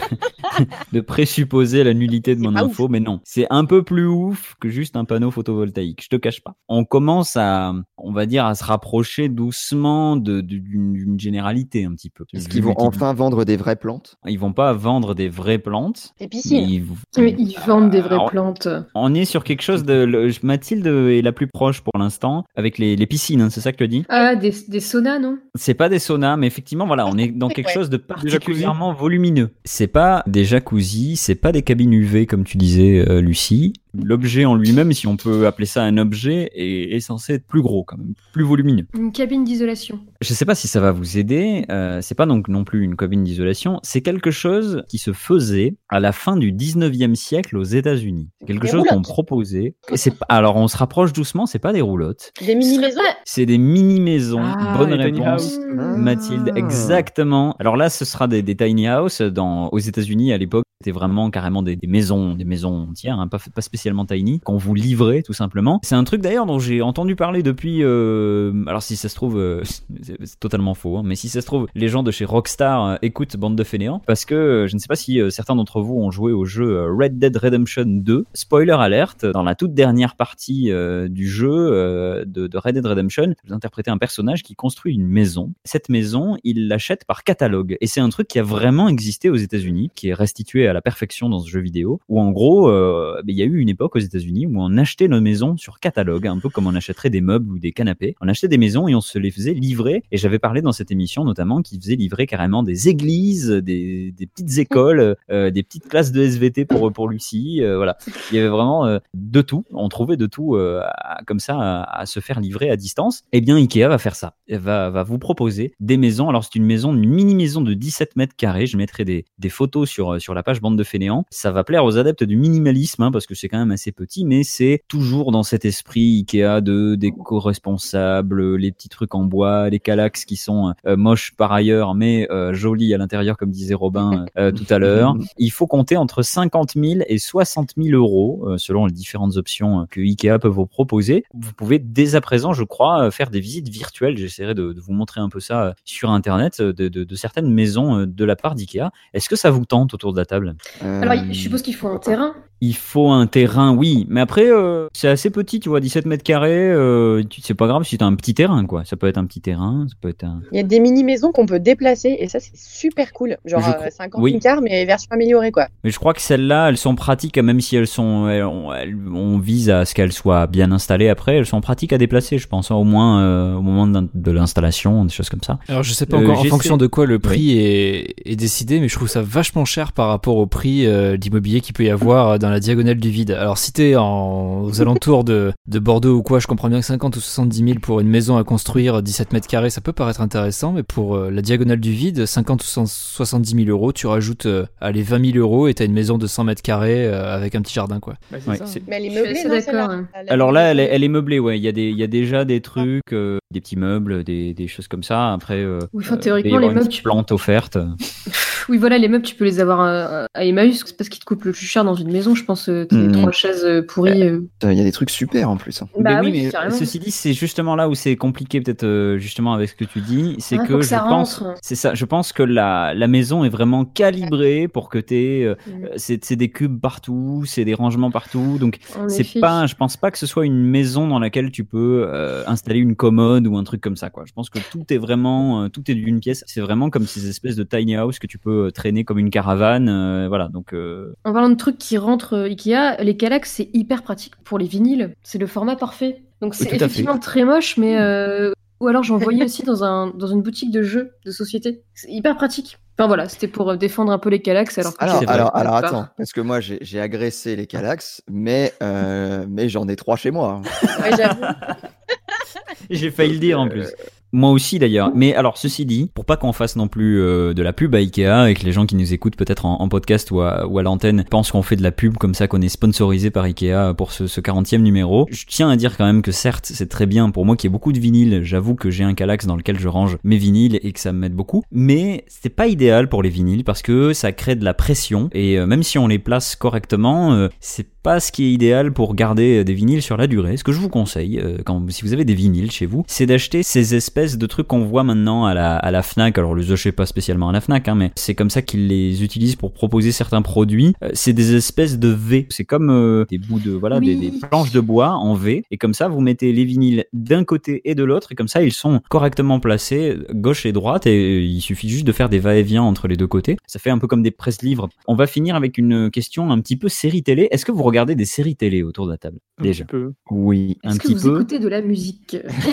de présupposer la nullité de C'est mon pas info, mais non. C'est un peu plus ouf que juste un panneau photovoltaïque, je te cache pas. On commence à, on va dire, à se rapprocher doucement de, de- d'une, d'une généralité un petit peu. Est-ce qu'ils vont enfin vendre des vraies plantes? Ils vont pas vendre des vraies plantes. Des mais piscines. ils- Mais ils vendent des vraies Alors, plantes. On est sur quelque chose de... le- Mathilde est la plus proche pour l'instant, avec les, les piscines, hein, c'est ça que tu as dit? Ah, des, des saunas, non? C'est pas des saunas, mais effectivement, voilà, on est dans quelque Ouais. chose de particulièrement volumineux. C'est pas des jacuzzis, c'est pas des cabines U V, comme tu disais, euh, Lucie. L'objet en lui-même, si on peut appeler ça un objet, est, est censé être plus gros, quand même, plus volumineux. Une cabine d'isolation. Je sais pas si ça va vous aider, euh, c'est pas donc non plus une cabine d'isolation, c'est quelque chose qui se faisait à la fin du dix-neuvième siècle aux États-Unis. C'est quelque Des chose qu'on roulottes. proposait. Et c'est pas- alors on se rapproche doucement, c'est pas des roulottes, Des mini-maisons. c'est des mini-maisons. Ah, Bonne les tiny réponse. house. Mathilde, exactement. Alors là, ce sera des, des tiny house. Dans, aux États-Unis, à l'époque, c'était vraiment carrément des, des maisons, des maisons entières, hein, pas, pas spécialement tiny, qu'on vous livrait tout simplement. C'est un truc d'ailleurs dont j'ai entendu parler depuis. Euh, alors si ça se trouve, euh, c'est, c'est totalement faux, hein, mais si ça se trouve, les gens de chez Rockstar euh, écoutent Bande de Fainéants, parce que euh, je ne sais pas si euh, certains d'entre vous ont joué au jeu euh, Red Dead Redemption deux. Spoiler alert, dans la toute dernière partie euh, du jeu euh, de, de Red Dead Redemption, vous interprétez un personnage qui construit une maison. Cette maison, il l'achète par catalogue. Et c'est un truc qui a vraiment existé aux États-Unis, qui est restitué à la perfection dans ce jeu vidéo, où en gros, euh, il y a eu une époque aux États-Unis où on achetait nos maisons sur catalogue, un peu comme on achèterait des meubles ou des canapés. On achetait des maisons et on se les faisait livrer. Et j'avais parlé dans cette émission notamment qui faisait livrer carrément des églises, des, des petites écoles, euh, des petites classes de S V T pour pour Lucie. Euh, voilà, il y avait vraiment euh, de tout. On trouvait de tout euh, à- comme ça à, à se faire livrer à distance. Eh bien, Ikea va faire ça. Elle va va vous proposer des maisons. Alors c'est une maison, une mini maison de dix-sept mètres carrés. Je mettrai des des photos sur sur la page Bande de Fainéants. Ça va plaire aux adeptes du minimalisme hein, parce que c'est quand même assez petit, mais c'est toujours dans cet esprit Ikea de d'éco-responsable, les petits trucs en bois, les calax qui sont euh, moches par ailleurs, mais euh, jolis à l'intérieur, comme disait Robin euh, tout à l'heure. Il faut compter entre cinquante mille et soixante mille euros euh, selon les différentes options euh, que Ikea peut vous proposer. Vous pouvez dès à présent, je crois, euh, faire des visites virtuelles. J'essaierai de, de vous montrer un peu ça euh, sur Internet euh, de, de, de certaines maisons euh, de la part d'Ikea. Est-ce que ça vous tente autour de la table? Euh, Alors, je suppose qu'il faut un terrain. Il faut un terrain, oui, mais après euh, c'est assez petit, tu vois, dix-sept mètres carrés, euh, tu- c'est pas grave si t'as un petit terrain, quoi. Ça peut être un petit terrain, ça peut être un... Il y a des mini-maisons qu'on peut déplacer et ça, c'est super cool. Genre Je euh, crois- c'est un oui. camping-car, mais version améliorée, quoi. Mais je crois que celles-là, elles sont pratiques, même si elles sont, elles- on, elles- on vise à ce qu'elles soient bien installées après, elles sont pratiques à déplacer, je pense, hein, au moins euh, au moment de, de l'installation, des choses comme ça. Alors je sais pas Euh, encore en j'essaie- fonction de quoi le prix est, est décidé, mais je trouve ça vachement cher par rapport au prix euh, d'immobilier qu'il peut y avoir dans la diagonale du vide. Alors si t'es en, aux alentours de, de Bordeaux ou quoi, je comprends bien que cinquante ou soixante-dix mille pour une maison à construire, dix-sept mètres carrés, ça peut paraître intéressant, mais pour euh, la diagonale du vide, cinquante ou soixante-dix mille euros, tu rajoutes euh, allez, vingt mille euros et t'as une maison de cent mètres carrés euh, avec un petit jardin, quoi. Bah, c'est Ouais, ça. c'est- Mais elle est Je suis meublée, assez non, d'accord, celle-là hein. Elle a- Alors là, elle est, elle est meublée, ouais. Il y a des, il y a déjà des trucs, euh, des petits meubles, des, des choses comme ça. Après, euh, Oui, enfin, euh, théoriquement, il va y avoir les une meubles, petite tu peux- plante offerte. Oui, voilà, les meubles, tu peux les avoir à, à Emmaüs, c'est parce qu'ils te coûtent le plus cher dans une maison, je pense. euh, T'as Mhm. trois chaises euh, pourries. euh. Il y a des trucs super en plus. hein. Bah mais oui, oui, mais carrément. ceci dit, c'est justement là où c'est compliqué, peut-être euh, justement avec ce que tu dis, c'est Ah, faut que, que je ça pense, rentre. c'est ça, je pense que la, la maison est vraiment calibrée pour que t'aies, euh, Mm. euh, c'est, c'est des cubes partout, c'est des rangements partout, donc En c'est effet. pas, je pense pas que ce soit une maison dans laquelle tu peux euh, installer une commode ou un truc comme ça, quoi. Je pense que tout est vraiment, euh, tout est d'une pièce. C'est vraiment comme ces espèces de tiny house que tu peux euh, traîner comme une caravane, euh, voilà. Donc euh, En parlant de trucs qui rentrent euh, Ikea, les Kallax, c'est hyper pratique pour les vinyles. C'est le format parfait. Donc c'est tout à fait. effectivement très moche, mais... euh, Ou alors j'en voyais aussi dans, un, dans une boutique de jeux de société. C'est hyper pratique. Enfin voilà, c'était pour euh, défendre un peu les Kallax. Alors, que Alors, C'est vrai. alors, alors Quelque part. attends, parce que moi j'ai j'ai agressé les Kallax, mais, euh, mais j'en ai trois chez moi. hein. Ouais, j'avoue. j'ai failli le dire en plus. Moi aussi d'ailleurs. Mais alors ceci dit, pour pas qu'on fasse non plus euh, de la pub à Ikea et que les gens qui nous écoutent peut-être en, en podcast ou à, ou à l'antenne pensent qu'on fait de la pub comme ça, qu'on est sponsorisé par Ikea pour ce, ce quarantième numéro, je tiens à dire quand même que certes c'est très bien pour moi qu'il y ait beaucoup de vinyles. J'avoue que j'ai un Kallax dans lequel je range mes vinyles et que ça m'aide beaucoup. Mais c'est pas idéal pour les vinyles parce que ça crée de la pression et euh, même si on les place correctement, euh, c'est pas ce qui est idéal pour garder des vinyles sur la durée. Ce que je vous conseille, euh, quand, si vous avez des vinyles chez vous, c'est d'acheter ces espèces de trucs qu'on voit maintenant à la, à la Fnac. Alors, les achète pas spécialement à la Fnac, hein, mais c'est comme ça qu'ils les utilisent pour proposer certains produits. Euh, c'est des espèces de V. C'est comme euh, des bouts de, voilà, Oui. des, des planches de bois en V. Et comme ça, vous mettez les vinyles d'un côté et de l'autre. Et comme ça, ils sont correctement placés, gauche et droite. Et il suffit juste de faire des va-et-vient entre les deux côtés. Ça fait un peu comme des presse-livres. On va finir avec une question un petit peu série télé. Est-ce que vous regardez des séries télé autour de la table Un déjà? petit peu. Oui, un Est-ce que petit vous peu. écoutez de la musique?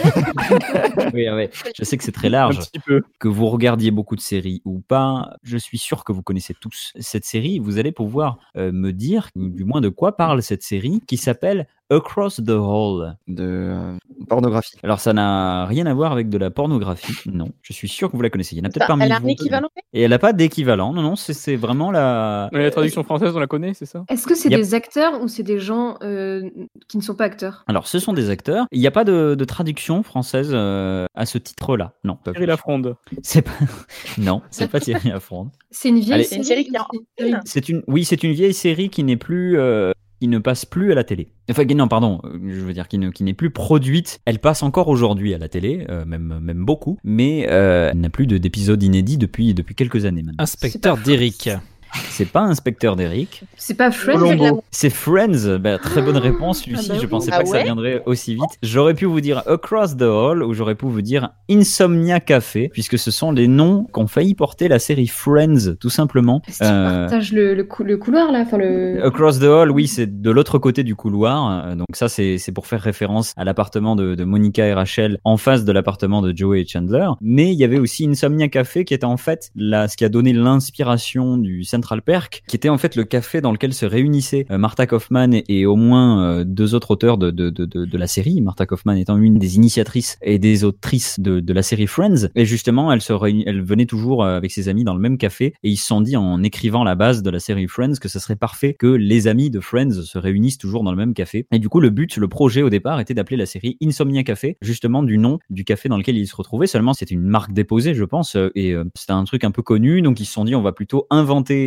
Oui, ouais. Je sais que c'est très Un large. petit peu. Que vous regardiez beaucoup de séries ou pas, je suis sûr que vous connaissez tous cette série. Vous allez pouvoir euh, me dire, ou du moins de quoi parle cette série qui s'appelle Across the Hall. De euh, pornographie. Alors ça n'a rien à voir avec de la pornographie, non. Je suis sûr que vous la connaissez. Il y en a peut-être Ça, parmi elle a un vous. équivalent. Et elle n'a pas d'équivalent. Non, non, c'est, c'est vraiment la. Mais la traduction française, on la connaît, c'est ça? Est-ce que c'est Yep. des acteurs ou c'est des gens euh, qui ne sont pas acteurs? Alors, ce sont des acteurs. Il n'y a pas de, de traduction française euh, à ce titre-là. Non. pas Thierry plus. Lafronde. C'est pas. Non, c'est pas Thierry Lafronde. C'est une vieille Allez. C'est une série qui est en ou c'est- oui. C'est une, oui, c'est une vieille série qui n'est plus, euh, qui ne passe plus à la télé. Enfin, qui- non, pardon, euh, je veux dire qui, ne, qui n'est plus produite. Elle passe encore aujourd'hui à la télé, euh, même, même beaucoup, mais euh, elle n'a plus de, d'épisodes inédits depuis, depuis quelques années maintenant. Inspecteur C'est pas d'Eric. C'est pas Inspecteur d'Eric, C'est pas Friends? Colombo. c'est Friends. Bah, très bonne réponse, Lucie. Ah bah Je oui. pensais Ah pas que ça ouais viendrait aussi vite. J'aurais pu vous dire Across the Hall ou j'aurais pu vous dire Insomnia Café, puisque ce sont les noms qu'ont failli porter la série Friends, tout simplement. Est-ce que tu Euh, partages le, le, cou- le couloir là, enfin le. Across the Hall, oui, c'est de l'autre côté du couloir. Euh, Donc ça, c'est c'est pour faire référence à l'appartement de, de Monica et Rachel en face de l'appartement de Joey et Chandler. Mais il y avait aussi Insomnia Café qui était en fait là, ce qui a donné l'inspiration du Central Perk, qui était en fait le café dans lequel se réunissaient euh, Martha Kaufman et, et au moins euh, deux autres auteurs de, de, de, de, de la série. Martha Kaufman étant une des initiatrices et des autrices de, de la série Friends. Et justement, elle se réuni- elle venait toujours euh, avec ses amis dans le même café et ils se sont dit en écrivant la base de la série Friends que ce serait parfait que les amis de Friends se réunissent toujours dans le même café. Et du coup, le but, le projet au départ était d'appeler la série Insomnia Café, justement du nom du café dans lequel ils se retrouvaient. Seulement, c'était une marque déposée, je pense, euh, et euh, c'était un truc un peu connu. Donc, ils se sont dit, on va plutôt inventer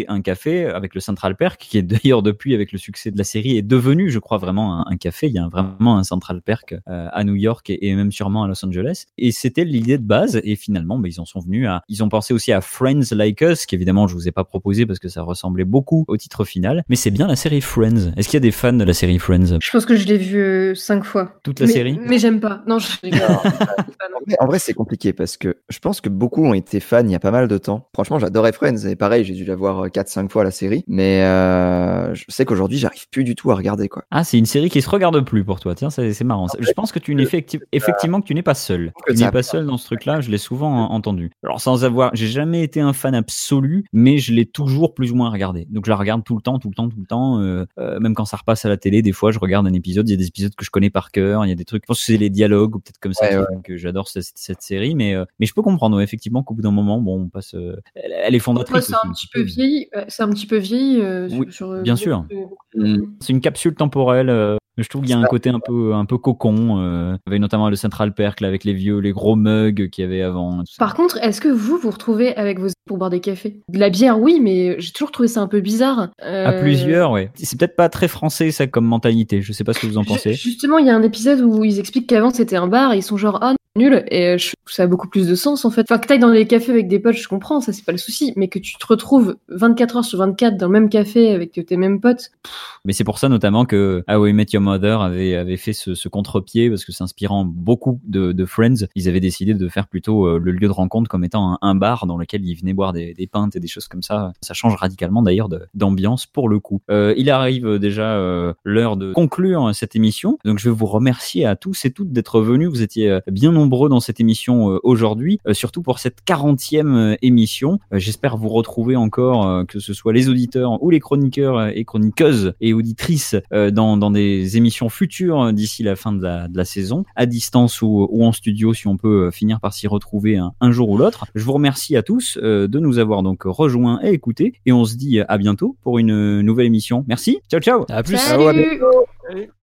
un café avec le Central Perk, qui est d'ailleurs depuis, avec le succès de la série, est devenu, je crois, vraiment un, un café. Il y a vraiment un Central Perk euh, à New York et, et même sûrement à Los Angeles. Et c'était l'idée de base. Et finalement, bah, ils en sont venus à... Ils ont pensé aussi à Friends Like Us, qu'évidemment, je vous ai pas proposé parce que ça ressemblait beaucoup au titre final. Mais c'est bien la série Friends. Est-ce qu'il y a des fans de la série Friends? Je pense que je l'ai vu euh, cinq fois. Toute la mais, série? Mais j'aime pas. Non, je Alors, en vrai, en vrai, c'est compliqué parce que je pense que beaucoup ont été fans il y a pas mal de temps. Franchement, j'adorais Friends et pareil, j'ai dû la voir quatre cinq fois la série. Mais euh, je sais qu'aujourd'hui, j'arrive plus du tout à regarder, quoi. Ah, c'est une série qui se regarde plus pour toi. Tiens, c'est, c'est marrant. En fait, je pense que tu n'es effecti- effectivement que tu n'es pas seul. Tu n'es pas seul dans ce truc-là. Je l'ai souvent entendu. Alors sans avoir, j'ai jamais été un fan absolu, mais je l'ai toujours plus ou moins regardé. Donc je la regarde tout le temps, tout le temps, tout le temps. Euh, euh, même quand ça repasse à la télé, des fois je regarde un épisode. Il y a des épisodes que je connais par cœur. Il y a des trucs. Je pense que c'est les dialogues ou peut-être comme ça ouais, que, ouais. que j'adore cette, cette série. Mais euh, mais je peux comprendre ouais, effectivement qu'au bout d'un moment, bon, on passe. Euh, elle, elle est fondatrice. Ouais, c'est un aussi, petit peu vieilli. C'est un petit peu vieilli. Euh, oui, sur, sur, bien euh, sûr. Euh, C'est une capsule temporelle. Euh, je trouve qu'il y a un côté un peu un peu cocon. Euh, avec notamment le Central Perk là, avec les vieux, les gros mugs qu'il y avait avant. Par contre, est-ce que vous vous retrouvez avec vos amis pour boire des cafés? De la bière, oui, mais j'ai toujours trouvé ça un peu bizarre. Euh... À plusieurs, ouais. C'est peut-être pas très français ça comme mentalité. Je sais pas ce que vous en pensez. Justement, il y a un épisode où ils expliquent qu'avant c'était un bar et ils sont genre ah nul et je trouve que ça a beaucoup plus de sens en fait. Enfin que t'ailles dans les cafés avec des potes, je comprends, ça c'est pas le souci, mais que tu te retrouves vingt-quatre heures sur vingt-quatre dans le même café avec tes mêmes potes. Mais c'est pour ça notamment que How I Met Your Mother avait avait fait ce, ce contre-pied parce que s'inspirant beaucoup de, de Friends, ils avaient décidé de faire plutôt euh, le lieu de rencontre comme étant un, un bar dans lequel ils venaient boire des, des pintes et des choses comme ça. Ça change radicalement d'ailleurs de, d'ambiance pour le coup. Euh, il arrive déjà euh, l'heure de conclure cette émission, donc je vais vous remercier à tous et toutes d'être venus. Vous étiez bien nombreux dans cette émission euh, aujourd'hui, euh, surtout pour cette quarantième euh, émission. Euh, j'espère vous retrouver encore, euh, que ce soit les auditeurs ou les chroniqueurs et chroniqueuses et auditrices euh, dans, dans des émissions futures euh, d'ici la fin de la, de la saison, à distance ou, ou en studio si on peut euh, finir par s'y retrouver un, un jour ou l'autre. Je vous remercie à tous euh, de nous avoir donc rejoints et écoutés et on se dit à bientôt pour une nouvelle émission. Merci, ciao ciao. À plus. Salut. Ah ouais,